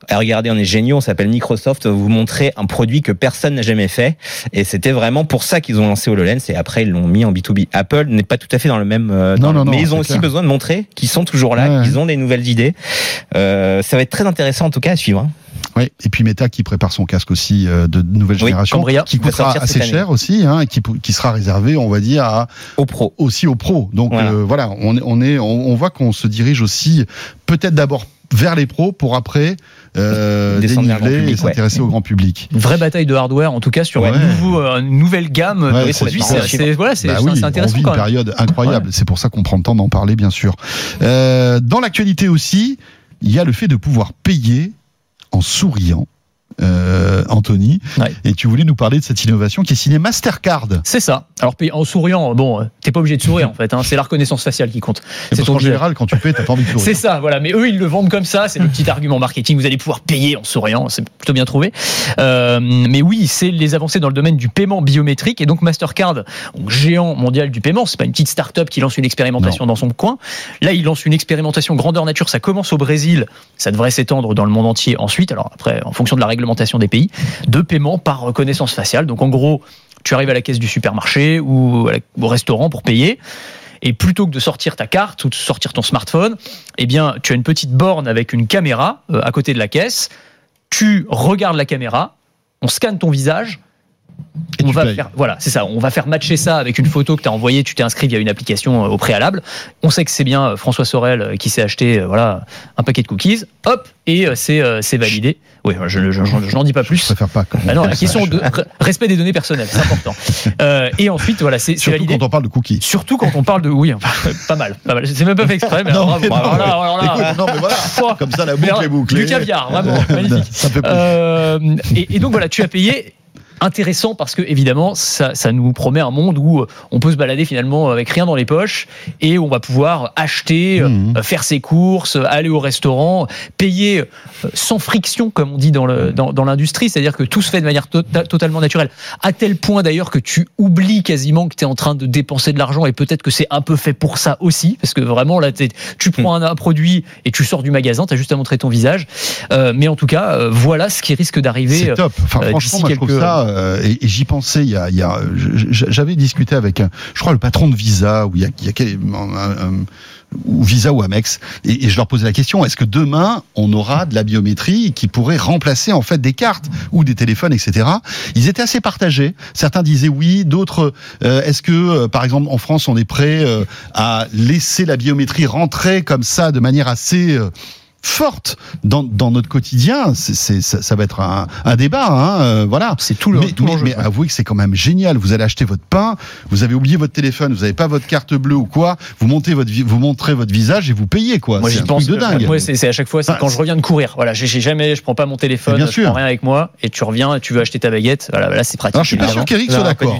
regardez, on est géniaux, on s'appelle Microsoft, on va vous montrer un produit que personne n'a jamais fait. Et c'était vraiment pour ça qu'ils ont lancé HoloLens et après ils l'ont mis en B2B. Apple n'est pas tout à fait dans le même, mais ils ont aussi besoin de montrer qu'ils sont toujours là, qu'ils ont des nouvelles idées. Ça va être très intéressant en tout cas à suivre. Oui, et puis Meta qui prépare son casque aussi de nouvelle génération, qui coûtera assez cher aussi, et qui sera réservé, on va dire, aux pros. Donc voilà, on voit qu'on se dirige aussi peut-être d'abord vers les pros pour après déniveler et s'intéresser au grand public. Une vraie bataille de hardware, en tout cas, sur une nouvelle gamme de produits. C'est intéressant. On vit une période incroyable. C'est pour ça qu'on prend le temps d'en parler, bien sûr. Dans l'actualité aussi, il y a le fait de pouvoir payer en souriant. Anthony, et tu voulais nous parler de cette innovation qui est signée Mastercard. C'est ça. Alors en souriant, bon, t'es pas obligé de sourire en fait, c'est la reconnaissance faciale qui compte. C'est en général quand tu payes, t'as pas envie de sourire. C'est ça, voilà. Mais eux, ils le vendent comme ça. C'est le petit argument marketing. Vous allez pouvoir payer en souriant. C'est plutôt bien trouvé. Mais oui, c'est les avancées dans le domaine du paiement biométrique et donc Mastercard, donc géant mondial du paiement. C'est pas une petite start-up qui lance une expérimentation dans son coin. Là, il lance une expérimentation grandeur nature. Ça commence au Brésil. Ça devrait s'étendre dans le monde entier ensuite. Alors après, en fonction de la réglementation des pays, de paiement par reconnaissance faciale. Donc en gros, tu arrives à la caisse du supermarché ou au restaurant pour payer, et plutôt que de sortir ta carte ou de sortir ton smartphone, eh bien, tu as une petite borne avec une caméra à côté de la caisse, tu regardes la caméra, on scanne ton visage, on va faire matcher ça avec une photo que tu as envoyée, tu t'es inscrit via une application au préalable. On sait que c'est bien François Sorel qui s'est acheté un paquet de cookies, hop, et c'est validé. Oui, je n'en dis pas plus. Je préfère pas. Non, la question de respect des données personnelles, c'est important. Et ensuite, voilà, c'est surtout validé. Quand on parle de cookies. Surtout quand on parle de, pas mal. C'est même pas fait exprès, mais non, mais voilà. Comme ça, la boucle est bouclée. Du caviar, vraiment, magnifique. Ça fait plaisir. Et donc voilà, tu as payé. Intéressant parce que évidemment ça nous promet un monde où on peut se balader finalement avec rien dans les poches et on va pouvoir acheter, faire ses courses, aller au restaurant, payer sans friction comme on dit dans l'industrie, c'est-à-dire que tout se fait de manière totalement naturelle, à tel point d'ailleurs que tu oublies quasiment que tu es en train de dépenser de l'argent et peut-être que c'est un peu fait pour ça aussi parce que vraiment là tu prends un produit et tu sors du magasin, tu as juste à montrer ton visage, mais en tout cas voilà ce qui risque d'arriver. C'est top. Enfin, franchement, moi, je trouve ça et j'y pensais j'avais discuté avec je crois le patron de Visa ou ou Visa ou Amex et je leur posais la question, est-ce que demain on aura de la biométrie qui pourrait remplacer en fait des cartes ou des téléphones, etc. Ils étaient assez partagés, certains disaient oui, d'autres est-ce que par exemple en France on est prêt à laisser la biométrie rentrer comme ça de manière assez forte dans notre quotidien. Ça va être un débat, voilà. C'est tout l'enjeu. Mais avouez que c'est quand même génial. Vous allez acheter votre pain, vous avez oublié votre téléphone, vous n'avez pas votre carte bleue ou quoi, vous montrez votre visage et vous payez, quoi. Moi, c'est un truc de dingue. Moi, c'est à chaque fois, c'est quand je reviens de courir. Voilà, je prends pas mon téléphone, je prends rien avec moi, et tu reviens, tu veux acheter ta baguette. Voilà, là, c'est pratique. Alors, je suis pas sûr qu'Eric soit d'accord.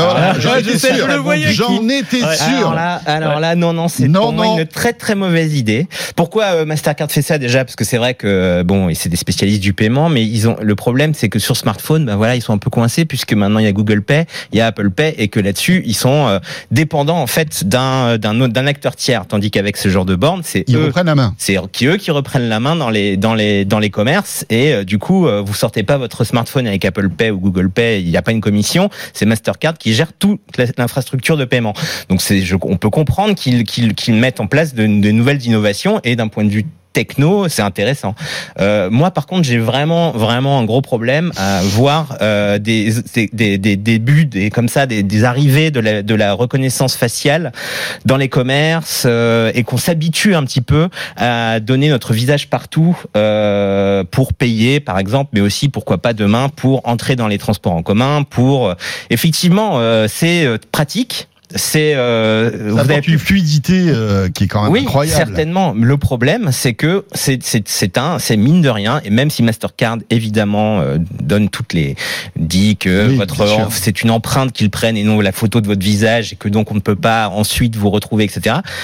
J'en étais sûr. Alors là, non, c'est pour moi une très très mauvaise idée. Pourquoi Mastercard fait ça déjà, parce que c'est vrai que c'est des spécialistes du paiement, mais le problème c'est que sur smartphone, ils sont un peu coincés puisque maintenant il y a Google Pay, il y a Apple Pay et que là-dessus ils sont dépendants en fait d'un acteur tiers, tandis qu'avec ce genre de borne, c'est eux reprennent la main. C'est eux qui reprennent la main dans les commerces et du coup vous sortez pas votre smartphone avec Apple Pay ou Google Pay, il n'y a pas une commission, c'est Mastercard qui gère toute l'infrastructure de paiement. Donc on peut comprendre qu'ils mettent en place de nouvelles innovations et d'un point de vue techno, c'est intéressant. Moi, par contre, j'ai vraiment un gros problème à voir des débuts, des arrivées de la reconnaissance faciale dans les commerces et qu'on s'habitue un petit peu à donner notre visage partout pour payer, par exemple, mais aussi pourquoi pas demain pour entrer dans les transports en commun. Effectivement, c'est pratique. C'est vous avez une fluidité qui est quand même incroyable. Oui, certainement. Le problème, c'est que c'est mine de rien, et même si Mastercard évidemment dit que c'est une empreinte qu'ils prennent et non la photo de votre visage et que donc on ne peut pas ensuite vous retrouver, etc.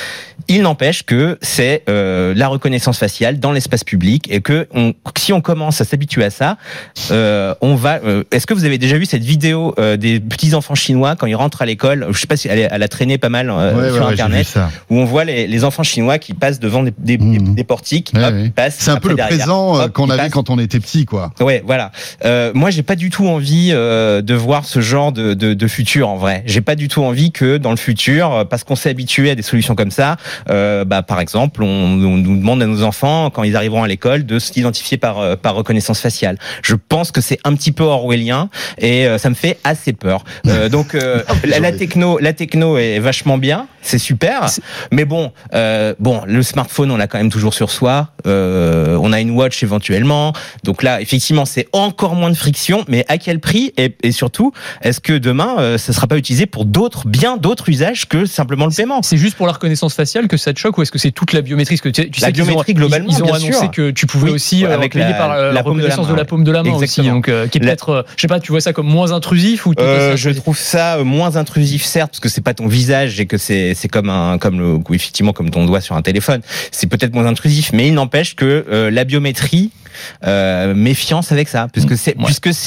Il n'empêche que c'est la reconnaissance faciale dans l'espace public et que si on commence à s'habituer à ça, on va. Est-ce que vous avez déjà vu cette vidéo des petits enfants chinois quand ils rentrent à l'école? Je sais pas si elle a traîné pas mal sur Internet, où on voit les enfants chinois qui passent devant des portiques. Ils passent. C'est un peu le présent qu'on avait quand on était petit, quoi. Ouais, voilà. Moi, j'ai pas du tout envie de voir ce genre de futur en vrai. J'ai pas du tout envie que dans le futur, parce qu'on s'est habitué à des solutions comme ça, par exemple, on nous demande à nos enfants quand ils arriveront à l'école de s'identifier par reconnaissance faciale. Je pense que c'est un petit peu orwellien et ça me fait assez peur. Donc la techno est vachement bien, c'est super, mais bon, le smartphone on l'a quand même toujours sur soi. On a une watch éventuellement, donc là effectivement c'est encore moins de friction, mais à quel prix et surtout est-ce que demain ça sera pas utilisé pour bien d'autres usages que simplement le paiement? C'est juste pour la reconnaissance faciale que ça te choque ou est-ce que c'est toute la biométrie? Parce que tu sais biométrie globalement, ils ont annoncé que tu pouvais aussi avec payer par la reconnaissance de la paume de la main aussi, donc qui est peut-être, je sais pas, tu vois ça comme moins intrusif ou je trouve ça moins intrusif certes parce que c'est pas ton visage et que c'est comme effectivement comme ton doigt sur un téléphone, c'est peut-être moins intrusif, mais il n'empêche que la biométrie, méfiance avec ça, puisque c'est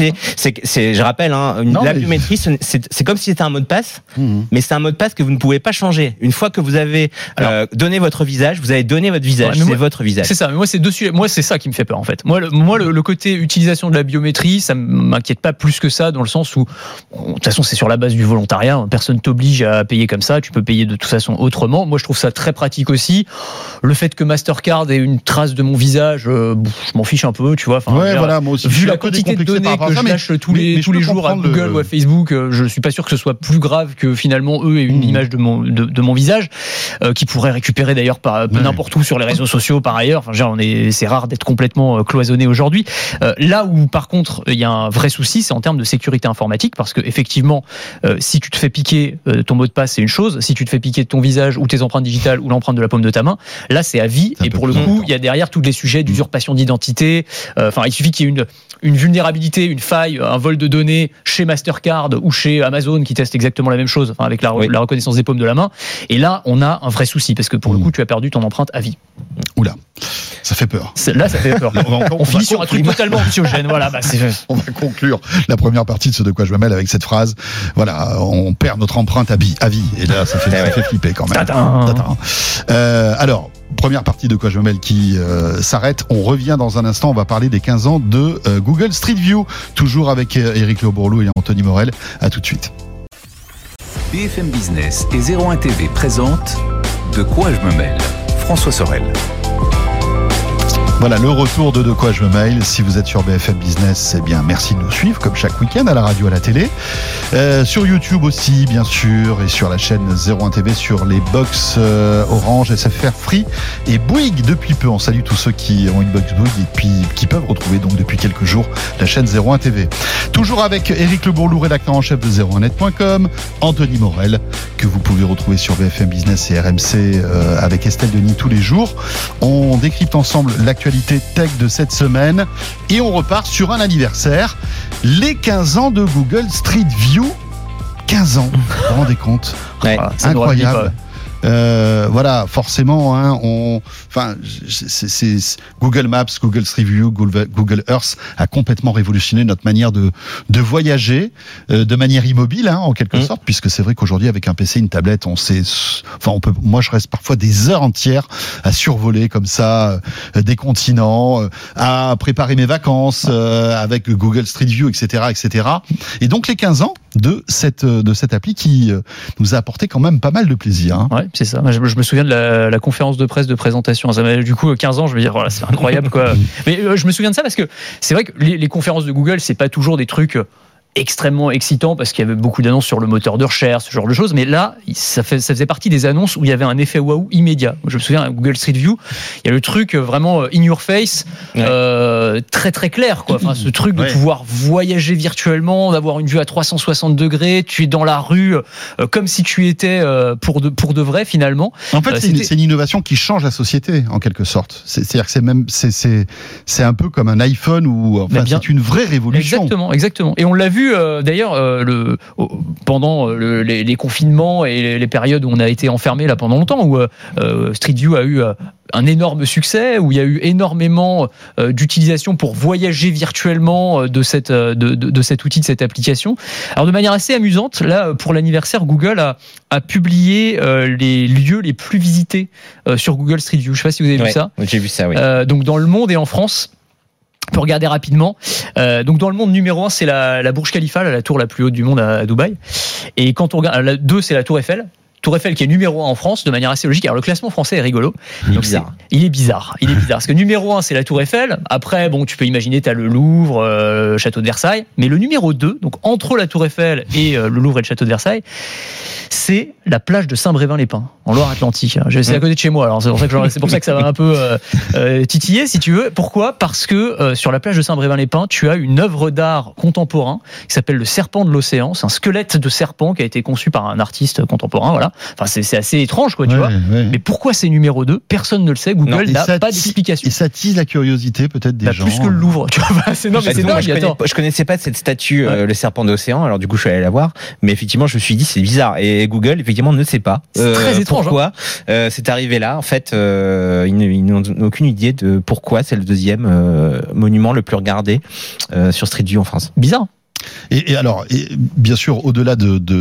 je rappelle la biométrie c'est comme si c'était un mot de passe, mais c'est un mot de passe que vous ne pouvez pas changer. Une fois que vous avez donné votre visage, vous avez donné votre visage, c'est votre visage. C'est ça, mais moi c'est dessus, moi c'est ça qui me fait peur en fait. Moi le côté utilisation de la biométrie, ça m'inquiète pas plus que ça, dans le sens où de toute façon c'est sur la base du volontariat, personne t'oblige à payer comme ça, tu peux payer de toute façon autrement. Moi je trouve ça très pratique aussi. Le fait que Mastercard ait une trace de mon visage, je m'en fiche un peu, tu vois. Voilà, moi aussi, vu la quantité de données que je lâche tous les jours à Google ou à Facebook, je suis pas sûr que ce soit plus grave que finalement eux aient une image de mon visage, qui pourrait récupérer d'ailleurs n'importe où sur les réseaux sociaux par ailleurs. Enfin, c'est rare d'être complètement cloisonné aujourd'hui. Là où par contre il y a un vrai souci, c'est en termes de sécurité informatique, parce que effectivement, si tu te fais piquer ton mot de passe, c'est une chose. Si tu te fais piquer ton visage ou tes empreintes digitales ou l'empreinte de la paume de ta main, là c'est à vie. Et pour le coup, il y a derrière tous les sujets d'usurpation d'identité. Il suffit qu'il y ait une vulnérabilité, une faille, un vol de données chez Mastercard ou chez Amazon qui teste exactement la même chose, avec la reconnaissance des paumes de la main. Et là, on a un vrai souci parce que pour le coup, tu as perdu ton empreinte à vie. Oula, ça fait peur. Là, ça fait peur. On finit sur un truc totalement anxiogène. Voilà, on va conclure la première partie de ce De quoi je me mêle avec cette phrase. Voilà, on perd notre empreinte à vie. Et là, ça fait flipper quand même. Alors, première partie de quoi je me mêle qui s'arrête. On revient dans un instant. On va parler des 15 ans de Google Street View. Toujours avec Éric Le Bourlou et Anthony Morel. À tout de suite. BFM Business et 01 TV présentent De quoi je me mêle. François Sorel. Voilà le retour de quoi je me mêle. Si vous êtes sur BFM Business, eh bien merci de nous suivre comme chaque week-end à la radio, à la télé, sur YouTube aussi bien sûr, et sur la chaîne 01 TV, sur les box Orange, SFR Free et Bouygues depuis peu. On salue tous ceux qui ont une box Bouygues et puis qui peuvent retrouver donc depuis quelques jours la chaîne 01 TV. Toujours avec Éric Le Bourlou, rédacteur en chef de 01net.com, Anthony Morel que vous pouvez retrouver sur BFM Business et RMC avec Estelle Denis tous les jours. On décrypte ensemble l'actualité tech de cette semaine et on repart sur un anniversaire, les 15 ans de Google Street View. 15 ans, vous vous rendez compte? Incroyable. Voilà, forcément, c'est Google Maps, Google Street View, Google Earth a complètement révolutionné notre manière de voyager de manière immobile, en quelque sorte, puisque c'est vrai qu'aujourd'hui avec un PC, une tablette, moi je reste parfois des heures entières à survoler comme ça des continents, à préparer mes vacances avec Google Street View, etc. Et donc les 15 ans de cette appli qui nous a apporté quand même pas mal de plaisir. Ouais, c'est ça. Je me souviens de la conférence de presse de présentation. Ça m'a, du coup, 15 ans, je veux dire, voilà, c'est incroyable, quoi. Mais je me souviens de ça parce que c'est vrai que les conférences de Google, c'est pas toujours des trucs extrêmement excitant parce qu'il y avait beaucoup d'annonces sur le moteur de recherche, ce genre de choses, mais là ça faisait partie des annonces où il y avait un effet waouh immédiat. Je me souviens à Google Street View, il y a le truc vraiment in your face, très très clair, quoi. Enfin, ce truc de pouvoir voyager virtuellement, d'avoir une vue à 360 degrés, tu es dans la rue comme si tu étais pour de vrai finalement. En fait, c'est une innovation qui change la société en quelque sorte. C'est-à-dire que c'est un peu comme un iPhone ou c'est une vraie révolution. Exactement. Et on l'a vu eu d'ailleurs pendant les confinements et les périodes où on a été enfermés là pendant longtemps, où Street View a eu un énorme succès, où il y a eu énormément d'utilisation pour voyager virtuellement de cet outil, de cette application. Alors de manière assez amusante, là pour l'anniversaire, Google a publié les lieux les plus visités sur Google Street View. Je ne sais pas si vous avez vu ça. J'ai vu ça, oui. Donc dans le monde et en France. On peut regarder rapidement. Donc dans le monde, numéro 1, c'est la Burj Khalifa, la tour la plus haute du monde à Dubaï. Et quand on regarde, 2, c'est la Tour Eiffel. Tour Eiffel qui est numéro 1 en France de manière assez logique. Alors le classement français est rigolo. Il est bizarre. Il est bizarre. Parce que numéro 1 c'est la Tour Eiffel. Après bon tu peux imaginer t'as le Louvre, le château de Versailles. Mais le numéro 2, donc entre la Tour Eiffel et le Louvre et le château de Versailles, c'est la plage de Saint-Brévin-les-Pins en Loire-Atlantique. C'est à côté de chez moi. Alors c'est pour ça que ça va un peu titiller si tu veux. Pourquoi ? Parce que sur la plage de Saint-Brévin-les-Pins, tu as une œuvre d'art contemporain qui s'appelle le Serpent de l'océan. C'est un squelette de serpent qui a été conçu par un artiste contemporain. Voilà. Enfin, c'est assez étrange, quoi, tu vois. Ouais. Mais pourquoi c'est numéro 2 ? Personne ne le sait. Google n'a pas d'explication. Et ça attise la curiosité, peut-être, des gens. Plus que le Louvre, tu vois. C'est dingue. Je connaissais pas cette statue, le serpent de l'océan. Alors, du coup, je suis allé la voir. Mais effectivement, je me suis dit, c'est bizarre. Et Google, effectivement, ne sait pas. C'est très étrange. Pourquoi c'est arrivé là. En fait, ils n'ont aucune idée de pourquoi c'est le deuxième monument le plus regardé sur Street View en France. Bizarre. Et alors, bien sûr, au-delà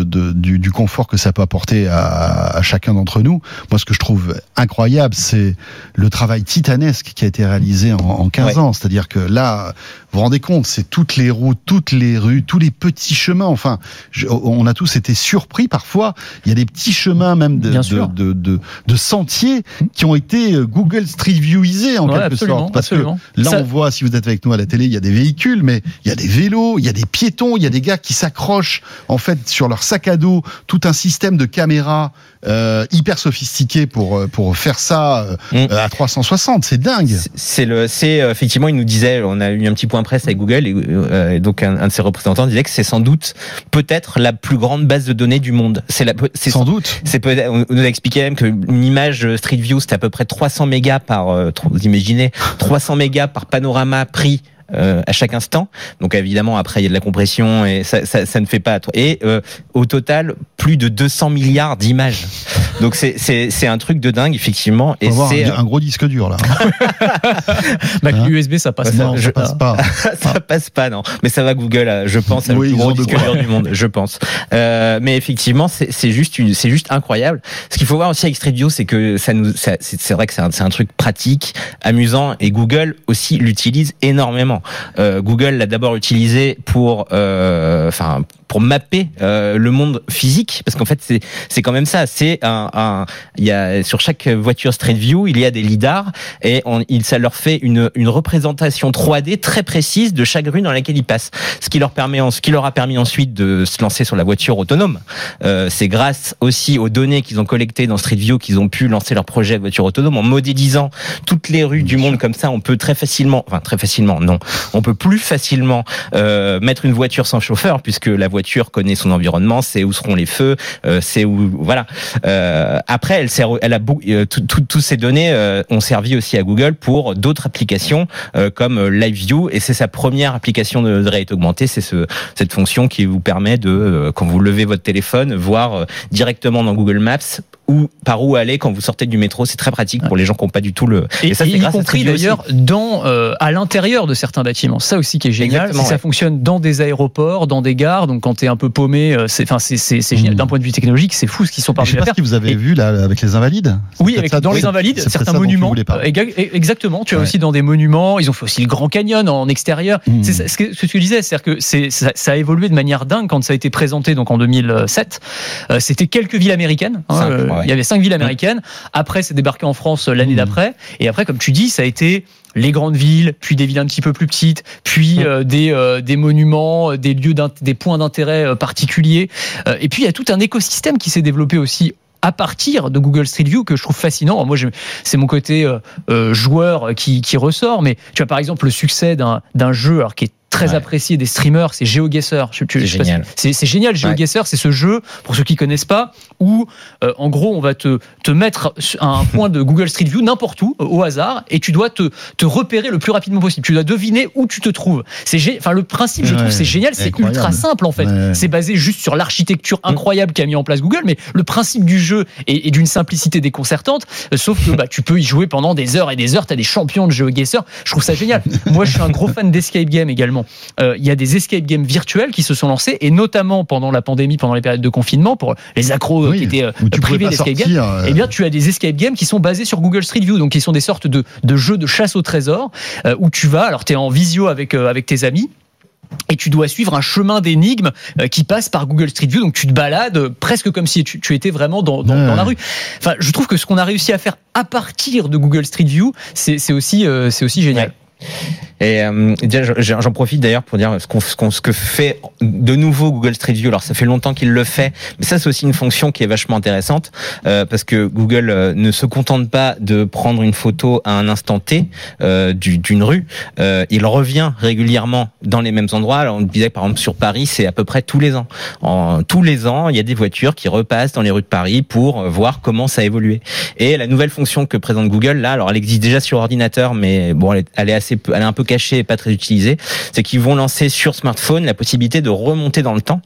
du confort que ça peut apporter à chacun d'entre nous, moi, ce que je trouve incroyable, c'est le travail titanesque qui a été réalisé en 15 ans. C'est-à-dire que là, vous vous rendez compte, c'est toutes les routes, toutes les rues, tous les petits chemins. Enfin, on a tous été surpris parfois. Il y a des petits chemins même de sentiers qui ont été Google Street Viewisés en quelque sorte. Parce que là, on voit, si vous êtes avec nous à la télé, il y a des véhicules, mais il y a des vélos, il y a des piétons, il y a des gars qui s'accrochent en fait sur leur sac à dos, tout un système de caméras hyper sophistiqué pour faire ça à 360. C'est dingue. C'est effectivement, il nous disait, on a eu un petit point presse avec Google et donc un de ses représentants disait que c'est sans doute peut-être la plus grande base de données du monde. C'est sans doute. On nous a expliqué même qu'une image Street View c'était à peu près 300 mégas vous imaginez 300 mégas par panorama pris à chaque instant. Donc évidemment après il y a de la compression et ça ne fait pas. Et au total plus de 200 milliards d'images. Donc c'est un truc de dingue effectivement. Et c'est un gros disque dur là. USB ça passe pas. Ça passe pas. Ça passe pas non. Mais ça va Google je pense le plus gros disque dur du monde je pense. Mais effectivement c'est juste incroyable. Ce qu'il faut voir aussi avec Street View c'est que c'est vrai que c'est un truc pratique, amusant et Google aussi l'utilise énormément. Google l'a d'abord utilisé pour mapper le monde physique parce qu'en fait c'est quand même ça, c'est il y a sur chaque voiture Street View, il y a des lidars et ça leur fait une représentation 3D très précise de chaque rue dans laquelle ils passent. Ce qui leur a permis ensuite de se lancer sur la voiture autonome. C'est grâce aussi aux données qu'ils ont collectées dans Street View qu'ils ont pu lancer leur projet de voiture autonome en modélisant toutes les rues du monde comme ça, on peut on peut plus facilement mettre une voiture sans chauffeur puisque la voiture connaît son environnement, sait où seront les feux, sait où voilà. Après, toutes ces données ont servi aussi à Google pour d'autres applications comme Live View et c'est sa première application de réalité augmentée. C'est cette fonction qui vous permet de quand vous levez votre téléphone voir directement dans Google Maps par où aller quand vous sortez du métro. C'est très pratique pour les gens qui n'ont pas du tout le. Et ça, c'est grâce à Street View d'ailleurs à l'intérieur de certains bâtiments. Ça aussi qui est génial. Ça fonctionne dans des aéroports, dans des gares. Donc quand t'es un peu paumé, c'est génial. D'un point de vue technologique, c'est fou ce qu'ils sont parvenus à faire. Je sais pas si vous avez vu là avec les Invalides. Oui, dans les Invalides, certains monuments. Exactement. Tu as aussi dans des monuments. Ils ont fait aussi le Grand Canyon en extérieur. C'est ce que tu disais, c'est-à-dire que ça a évolué de manière dingue quand ça a été présenté donc en 2007. C'était quelques villes américaines. Il y avait 5 villes américaines. Après, c'est débarqué en France l'année d'après. Et après, comme tu dis, ça a été les grandes villes, puis des villes un petit peu plus petites, puis des monuments, des lieux, des points d'intérêt particuliers. Et puis il y a tout un écosystème qui s'est développé aussi à partir de Google Street View que je trouve fascinant. Moi, c'est mon côté joueur qui ressort. Mais tu as par exemple le succès d'un jeu alors qui est très apprécié des streamers, c'est GeoGuessr. C'est génial. C'est génial, GeoGuessr, c'est ce jeu, pour ceux qui connaissent pas, où en gros on va te mettre à un point de Google Street View n'importe où, au hasard, et tu dois te repérer le plus rapidement possible. Tu dois deviner où tu te trouves. Le principe, je trouve, c'est génial, c'est ultra simple en fait. Ouais. C'est basé juste sur l'architecture incroyable qu'a mis en place Google, mais le principe du jeu est d'une simplicité déconcertante, sauf que tu peux y jouer pendant des heures et des heures, t'as des champions de GeoGuessr, je trouve ça génial. Moi je suis un gros fan d'escape game également. Il y a des escape games virtuels qui se sont lancés, et notamment pendant la pandémie, pendant les périodes de confinement, pour les accros qui étaient privés d'escape games, eh bien tu as des escape games qui sont basés sur Google Street View, donc qui sont des sortes de jeux de chasse au trésor, où tu vas, alors t'es en visio avec tes amis, et tu dois suivre un chemin d'énigmes qui passe par Google Street View, donc tu te balades presque comme si tu étais vraiment dans la rue. Enfin, je trouve que ce qu'on a réussi à faire à partir de Google Street View, c'est aussi génial. Ouais. Et j'en profite d'ailleurs pour dire ce que fait de nouveau Google Street View. Alors ça fait longtemps qu'il le fait, mais ça c'est aussi une fonction qui est vachement intéressante, parce que Google ne se contente pas de prendre une photo à un instant T d'une rue. Il revient régulièrement dans les mêmes endroits. Alors on disait par exemple sur Paris, c'est à peu près tous les ans. Tous les ans, il y a des voitures qui repassent dans les rues de Paris pour voir comment ça a évolué. Et la nouvelle fonction que présente Google là, alors elle existe déjà sur ordinateur, mais bon, elle est un peu cachée et pas très utilisée. C'est qu'ils vont lancer sur smartphone la possibilité de remonter dans le temps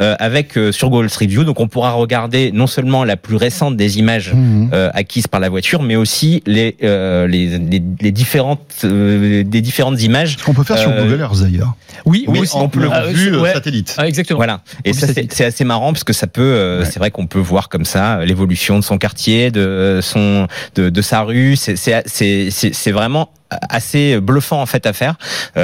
sur Google Street View. Donc on pourra regarder non seulement la plus récente des images acquises par la voiture, mais aussi les différentes images. Ce qu'on peut faire sur Google Earth d'ailleurs. Oui, on peut le vue satellite. Exactement. Voilà. Et ça c'est assez marrant parce que ça peut, c'est vrai qu'on peut voir comme ça l'évolution de son quartier, de sa rue. C'est vraiment assez bluffant en fait à faire,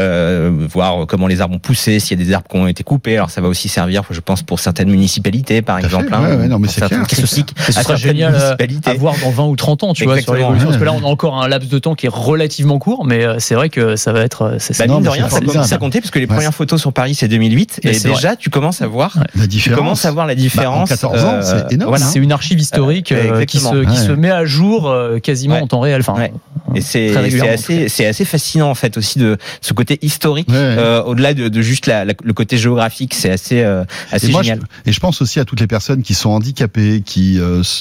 voir comment les arbres ont poussé, s'il y a des arbres qui ont été coupés. Alors ça va aussi servir, je pense, pour certaines municipalités par exemple. Non mais c'est clair. Ce sera génial à voir dans 20 ou 30 ans, tu vois, sur l'évolution. Parce que là on a encore un laps de temps qui est relativement court, mais c'est vrai que ça va être. Mine de rien, ça comptait parce que les premières photos sur Paris c'est 2008 et déjà tu commences à voir la différence. En 14 ans, c'est énorme. C'est une archive historique qui se met à jour quasiment en temps réel. Et c'est assez fascinant en fait aussi de ce côté historique, au-delà de juste le côté géographique, c'est assez génial. Et je pense aussi à toutes les personnes qui sont handicapées, qui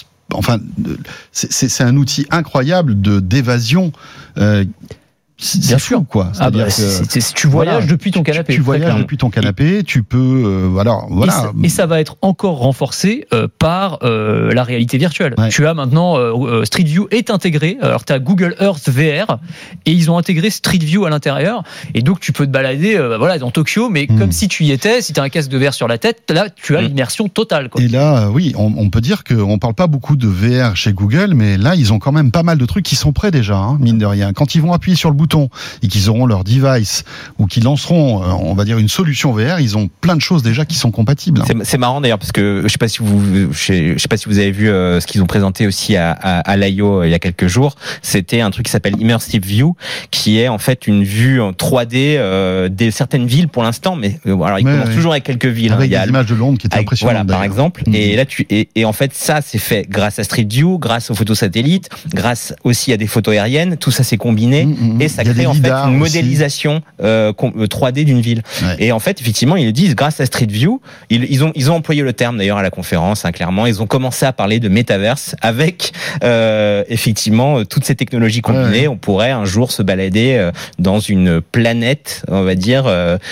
c'est un outil incroyable d'évasion. Bien sûr, quoi. Tu voyages depuis ton canapé. Tu voyages depuis ton canapé, tu peux, voilà. Et ça va être encore renforcé par la réalité virtuelle. Ouais. Tu as maintenant Street View est intégré. Alors tu as Google Earth VR et ils ont intégré Street View à l'intérieur. Et donc tu peux te balader, dans Tokyo, mais comme si tu y étais. Si tu as un casque de VR sur la tête, là tu as l'immersion totale. Quoi. Et là, oui, on peut dire qu'on parle pas beaucoup de VR chez Google, mais là ils ont quand même pas mal de trucs qui sont prêts déjà, mine de rien. Quand ils vont appuyer sur le bouton et qu'ils auront leur device ou qu'ils lanceront, on va dire, une solution VR, ils ont plein de choses déjà qui sont compatibles. C'est marrant d'ailleurs parce que je sais pas si vous avez vu ce qu'ils ont présenté aussi à l'IO il y a quelques jours. C'était un truc qui s'appelle Immersive View, qui est en fait une vue en 3D des certaines villes pour l'instant, mais alors il commence toujours avec quelques villes. Avec des images de Londres qui étaient impressionnantes. Voilà, par exemple. Et là et en fait ça c'est fait grâce à Street View, grâce aux photos satellites, grâce aussi à des photos aériennes. Tout ça s'est combiné et ça crée en fait une modélisation 3D d'une ville. Ouais. Et en fait, effectivement, ils le disent, grâce à Street View, ils ont employé le terme d'ailleurs à la conférence, clairement. Ils ont commencé à parler de métaverse avec effectivement toutes ces technologies combinées. Ouais. On pourrait un jour se balader dans une planète, on va dire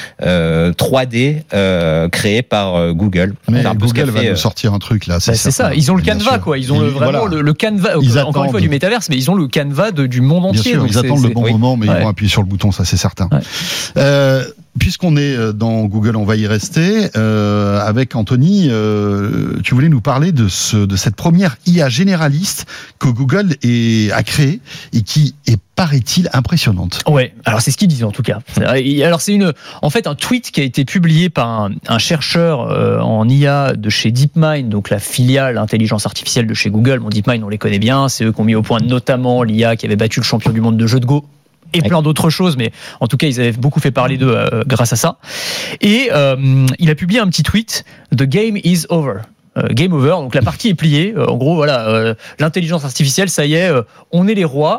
3D créée par Google. Mais Google va nous sortir un truc là. C'est ça. Ils ont le canevas, quoi. Ils ont vraiment le canevas. Encore une fois du métaverse, mais ils ont le canevas du monde entier. Bien sûr, ils attendent le bon moment, mais ils vont appuyer sur le bouton, ça c'est certain. Ouais. Puisqu'on est dans Google, on va y rester. Avec Anthony, tu voulais nous parler de cette première IA généraliste que Google a créée et qui est, paraît-il, impressionnante. Ouais, alors c'est ce qu'il disait en tout cas. Alors c'est en fait un tweet qui a été publié par un chercheur en IA de chez DeepMind, donc la filiale intelligence artificielle de chez Google. Bon, DeepMind, on les connaît bien, c'est eux qui ont mis au point notamment l'IA qui avait battu le champion du monde de jeux de Go. Et plein d'autres choses, mais en tout cas, ils avaient beaucoup fait parler d'eux grâce à ça. Et il a publié un petit tweet: The game is over. Game over, donc la partie est pliée. En gros, voilà, l'intelligence artificielle, ça y est, on est les rois.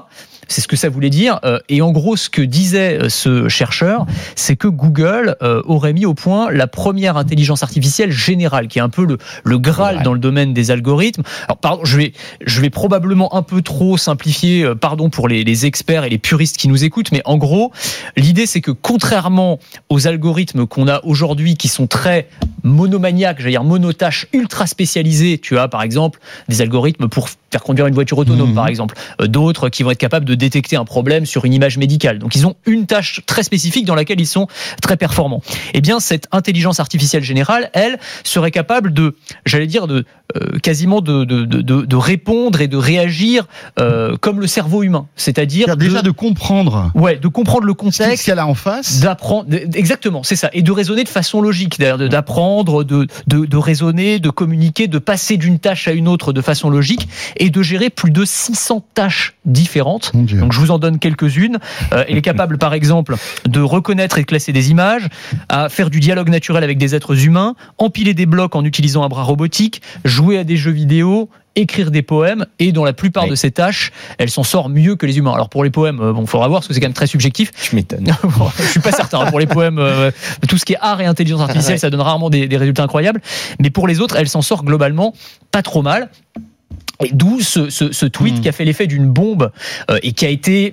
c'est ce que ça voulait dire. Et en gros, ce que disait ce chercheur, c'est que Google aurait mis au point la première intelligence artificielle générale, qui est un peu le Graal dans le domaine des algorithmes. Alors, pardon, je vais probablement un peu trop simplifier, pardon pour les experts et les puristes qui nous écoutent, mais en gros, l'idée, c'est que contrairement aux algorithmes qu'on a aujourd'hui, qui sont très monomaniaques, j'allais dire monotâches, ultra spécialisés, tu as par exemple des algorithmes pour faire conduire une voiture autonome, par exemple, d'autres qui vont être capables de détecter un problème sur une image médicale. Donc ils ont une tâche très spécifique dans laquelle ils sont très performants. Eh bien, cette intelligence artificielle générale, elle, serait capable de, j'allais dire, quasiment de répondre et de réagir comme le cerveau humain, c'est-à-dire déjà de comprendre. Ouais, de comprendre le contexte, ce qu'elle a en face, d'apprendre, exactement, c'est ça, et de raisonner de façon logique, d'apprendre, de raisonner, de communiquer, de passer d'une tâche à une autre de façon logique, et de gérer plus de 600 tâches différentes. Donc je vous en donne quelques-unes. Elle est capable, par exemple, de reconnaître et de classer des images, à faire du dialogue naturel avec des êtres humains, empiler des blocs en utilisant un bras robotique, jouer à des jeux vidéo, écrire des poèmes, et dans la plupart de ces tâches, elle s'en sort mieux que les humains. Alors pour les poèmes, bon, faudra voir parce que c'est quand même très subjectif. Je m'étonne. Je suis pas certain. Pour les poèmes, tout ce qui est art et intelligence artificielle, ça donne rarement des résultats incroyables. Mais pour les autres, elle s'en sort globalement pas trop mal. Et d'où ce tweet qui a fait l'effet d'une bombe et qui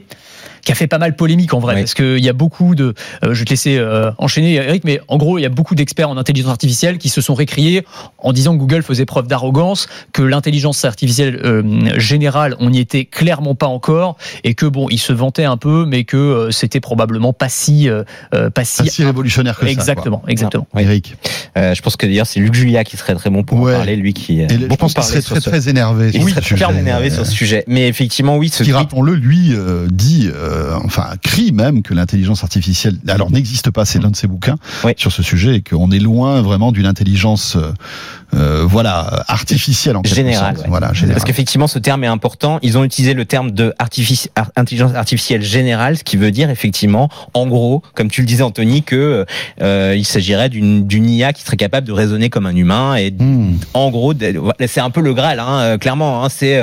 a fait pas mal polémique en vrai, parce qu'il y a beaucoup de... je vais te laisser enchaîner, Eric, mais en gros, il y a beaucoup d'experts en intelligence artificielle qui se sont récriés en disant que Google faisait preuve d'arrogance, que l'intelligence artificielle générale, on n'y était clairement pas encore, et que bon, ils se vantaient un peu, mais que c'était probablement pas si révolutionnaire que exactement, ça. Exactement. Eric. Je pense que d'ailleurs, c'est Luc Julia qui serait très bon pour en parler, lui qui... je pense qu'il serait très énervé. Il serait clairement énervé sur ce sujet. Mais effectivement, oui, ce qui, rappelons-le, lui, dit... crie même que l'intelligence artificielle, alors n'existe pas, c'est l'un de ses bouquins sur ce sujet, et qu'on est loin vraiment d'une intelligence artificielle en quelque générale. Sorte. Voilà, générale. Parce qu'effectivement, ce terme est important. Ils ont utilisé le terme de intelligence artificielle générale, ce qui veut dire effectivement, en gros, comme tu le disais, Anthony, que il s'agirait d'une IA qui serait capable de raisonner comme un humain. Et en gros, c'est un peu le Graal, clairement. C'est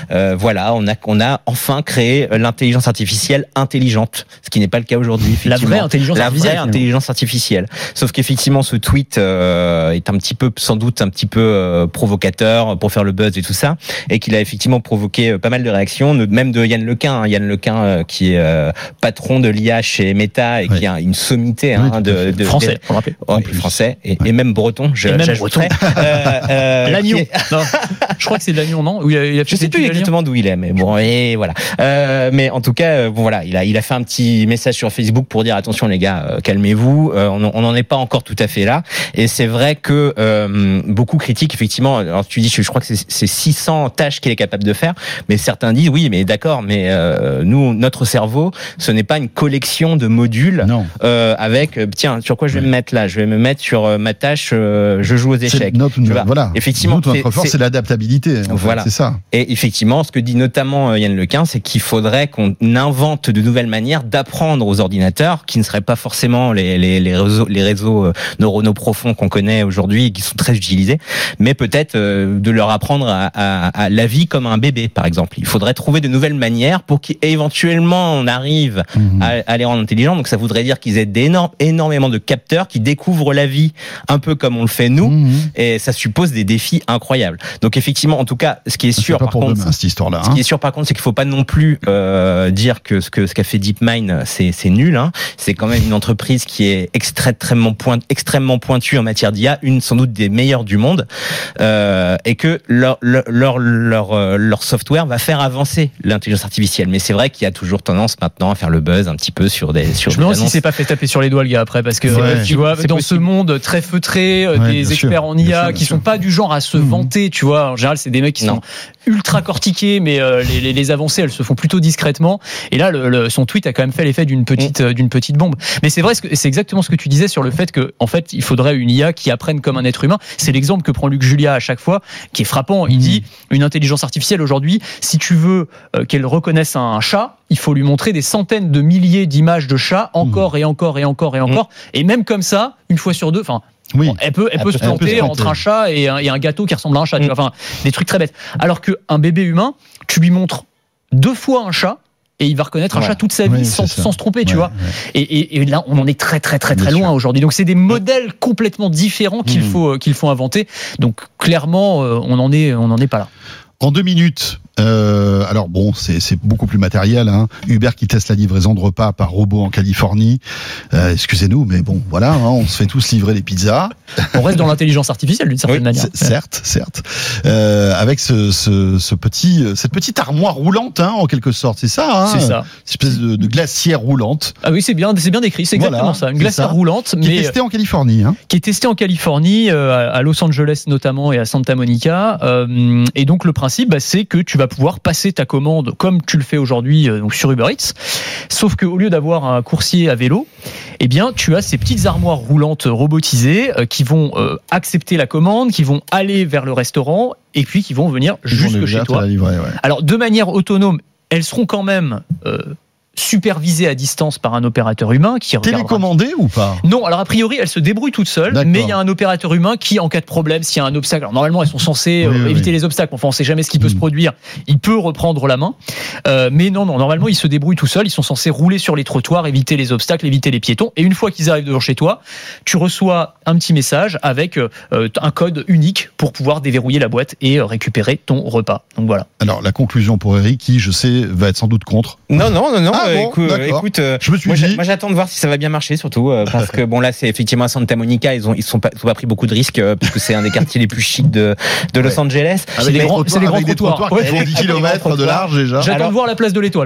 on a enfin créé l'intelligence artificielle intelligente, ce qui n'est pas le cas aujourd'hui. La vraie intelligence artificielle. Sauf qu'effectivement, ce tweet est sans doute un petit peu provocateur pour faire le buzz et tout ça, et qu'il a effectivement provoqué pas mal de réactions, même de Yann Lequin. Yann Lequin, qui est patron de l'IA chez Meta et qui a une sommité de français, pour rappeler. Français et même breton. J'ajouterais. Lannion. Je crois que c'est de Lannion, non? Je sais plus exactement d'où il est, mais bon, et voilà. Mais en tout cas, il a fait un petit message sur Facebook pour dire attention les gars, calmez-vous, on n'en est pas encore tout à fait là. Et c'est vrai que beaucoup critiquent effectivement. Alors tu dis, je crois que c'est 600 tâches qu'il est capable de faire, mais certains disent oui, mais d'accord, mais notre cerveau, ce n'est pas une collection de modules avec tiens, sur quoi je vais me mettre là? Je vais me mettre sur ma tâche, je joue aux échecs. Effectivement, notre force, c'est l'adaptabilité. Voilà, c'est ça. Et effectivement, ce que dit notamment Yann Lequin, c'est qu'il faudrait qu'on invente de nouvelles manières d'apprendre aux ordinateurs, qui ne seraient pas forcément les réseaux neuronaux profonds qu'on connaît aujourd'hui et qui sont très utilisés, mais peut-être de leur apprendre à la vie comme un bébé, par exemple. Il faudrait trouver de nouvelles manières pour qu'éventuellement on arrive à les rendre intelligents. Donc ça voudrait dire qu'ils aient énormément de capteurs qui découvrent la vie un peu comme on le fait nous, et ça suppose des défis incroyables. Donc effectivement, en tout cas, ce qui est sûr, par contre, demain, cette histoire-là, ce qui est sûr par contre, c'est qu'il faut pas non plus dire que ce qu'a fait DeepMind, c'est nul. C'est quand même une entreprise qui est extrêmement pointue en matière d'IA, sans doute des meilleures du monde, et que leur software va faire avancer l'intelligence artificielle. Mais c'est vrai qu'il y a toujours tendance maintenant à faire le buzz un petit peu sur des Je me demande si c'est pas fait taper sur les doigts le gars après, parce que tu vois, dans ce monde très feutré, des experts en IA qui sont pas du genre à se vanter, tu vois. En général, c'est des mecs qui sont ultra cortiqués, mais les avancées, elles se font plutôt discrètement. Et là, son tweet a quand même fait l'effet d'une petite bombe. Mais c'est vrai, c'est exactement ce que tu disais sur le fait que, en fait, il faudrait une IA qui apprenne comme un être humain. C'est l'exemple que prend Luc Julia à chaque fois, qui est frappant. Il dit, une intelligence artificielle aujourd'hui, si tu veux qu'elle reconnaisse un chat, il faut lui montrer des centaines de milliers d'images de chats, encore et encore et encore et encore. Et même comme ça, une fois sur deux, enfin, elle peut se planter entre un chat et un gâteau qui ressemble à un chat. Tu vois, enfin, des trucs très bêtes. Alors qu'un bébé humain, tu lui montres 2 fois un chat, et il va reconnaître un chat toute sa vie sans se tromper, tu vois. Ouais. Et là, on en est très loin aujourd'hui. Donc c'est des modèles complètement différents qu'il faut inventer. Donc clairement, on n'en est pas là. En 2 minutes, alors bon, c'est beaucoup plus matériel. Hein. Uber qui teste la livraison de repas par robot en Californie. Excusez-nous, mais bon, voilà, hein, on se fait tous livrer les pizzas. On reste dans l'intelligence artificielle d'une certaine manière. Certes. Avec cette petite armoire roulante, hein, en quelque sorte, c'est ça. Hein, c'est ça. Une espèce de glacière roulante. Ah oui, c'est bien décrit. C'est exactement ça. Une glacière roulante, qui est testée en Californie. Hein. Qui est testée en Californie, à Los Angeles notamment et à Santa Monica. Et donc le principe, c'est que tu vas pouvoir passer ta commande comme tu le fais aujourd'hui donc sur Uber Eats, sauf qu'au lieu d'avoir un coursier à vélo, eh bien tu as ces petites armoires roulantes robotisées qui vont accepter la commande, qui vont aller vers le restaurant et puis qui vont venir jusque chez toi. Alors de manière autonome, elles seront quand même supervisée à distance par un opérateur humain qui télécommandé ou pas? Non, alors a priori elle se débrouille toute seule. D'accord. Mais il y a un opérateur humain qui, en cas de problème, s'il y a un obstacle, alors normalement elles sont censées éviter les obstacles, enfin on sait jamais ce qui peut se produire, il peut reprendre la main, mais non, normalement ils se débrouillent tout seuls, ils sont censés rouler sur les trottoirs, éviter les obstacles, éviter les piétons, et une fois qu'ils arrivent devant chez toi, tu reçois un petit message avec un code unique pour pouvoir déverrouiller la boîte et récupérer ton repas. Donc voilà. Alors la conclusion pour Eric, qui je sais va être sans doute contre. Non. Écoute, je me suis dit... moi j'attends de voir si ça va bien marcher, surtout parce que bon là c'est effectivement à Santa Monica, ils sont pas pris beaucoup de risques puisque c'est un des quartiers les plus chics de Los Angeles. C'est des grands trottoirs qui font 10 km de large déjà. J'attends de voir la place de l'Étoile.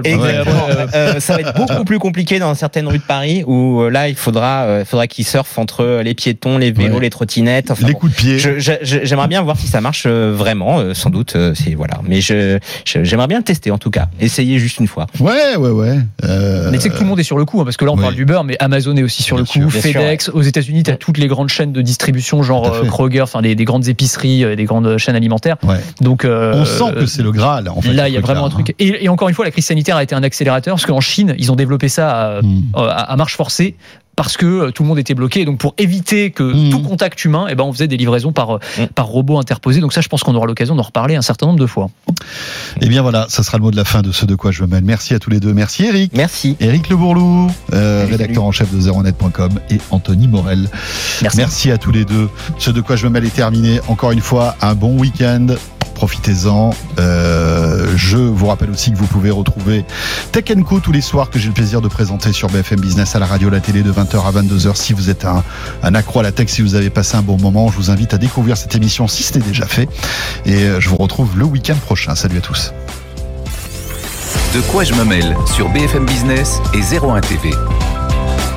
Ça va être beaucoup plus compliqué dans certaines rues de Paris où là il faudra qu'ils surfent entre les piétons, les vélos, les trottinettes, les coups de pied. J'aimerais bien voir si ça marche vraiment, sans doute. Mais j'aimerais bien le tester en tout cas, essayer juste une fois. Ouais. Mais tu sais que tout le monde est sur le coup, hein, parce que là on parle d'Uber, mais Amazon est aussi sur le coup, FedEx, aux États-Unis t'as toutes les grandes chaînes de distribution, genre Kroger, enfin des grandes épiceries, des grandes chaînes alimentaires. Ouais. Donc on sent que c'est le Graal. En fait, là il y a vraiment un truc. Et encore une fois, la crise sanitaire a été un accélérateur, parce qu'en Chine ils ont développé ça à marche forcée. Parce que tout le monde était bloqué, donc pour éviter que tout contact humain, on faisait des livraisons par robot interposé. Donc ça, je pense qu'on aura l'occasion d'en reparler un certain nombre de fois. Et bien voilà, ça sera le mot de la fin de ce De quoi je me mêle. Merci à tous les deux. Merci Eric. Merci. Eric Le Bourlou, rédacteur en chef de zeronet.com, et Anthony Morel. Merci à tous les deux. Ce De quoi je me mêle est terminé. Encore une fois, un bon week-end. Profitez-en. Je vous rappelle aussi que vous pouvez retrouver Tech & Co tous les soirs, que j'ai le plaisir de présenter sur BFM Business, à la radio, la télé, de 20h à 22h. Si vous êtes un accro à la tech, si vous avez passé un bon moment, je vous invite à découvrir cette émission si ce n'est déjà fait. Et je vous retrouve le week-end prochain. Salut à tous. De quoi je me mêle sur BFM Business et 01 TV.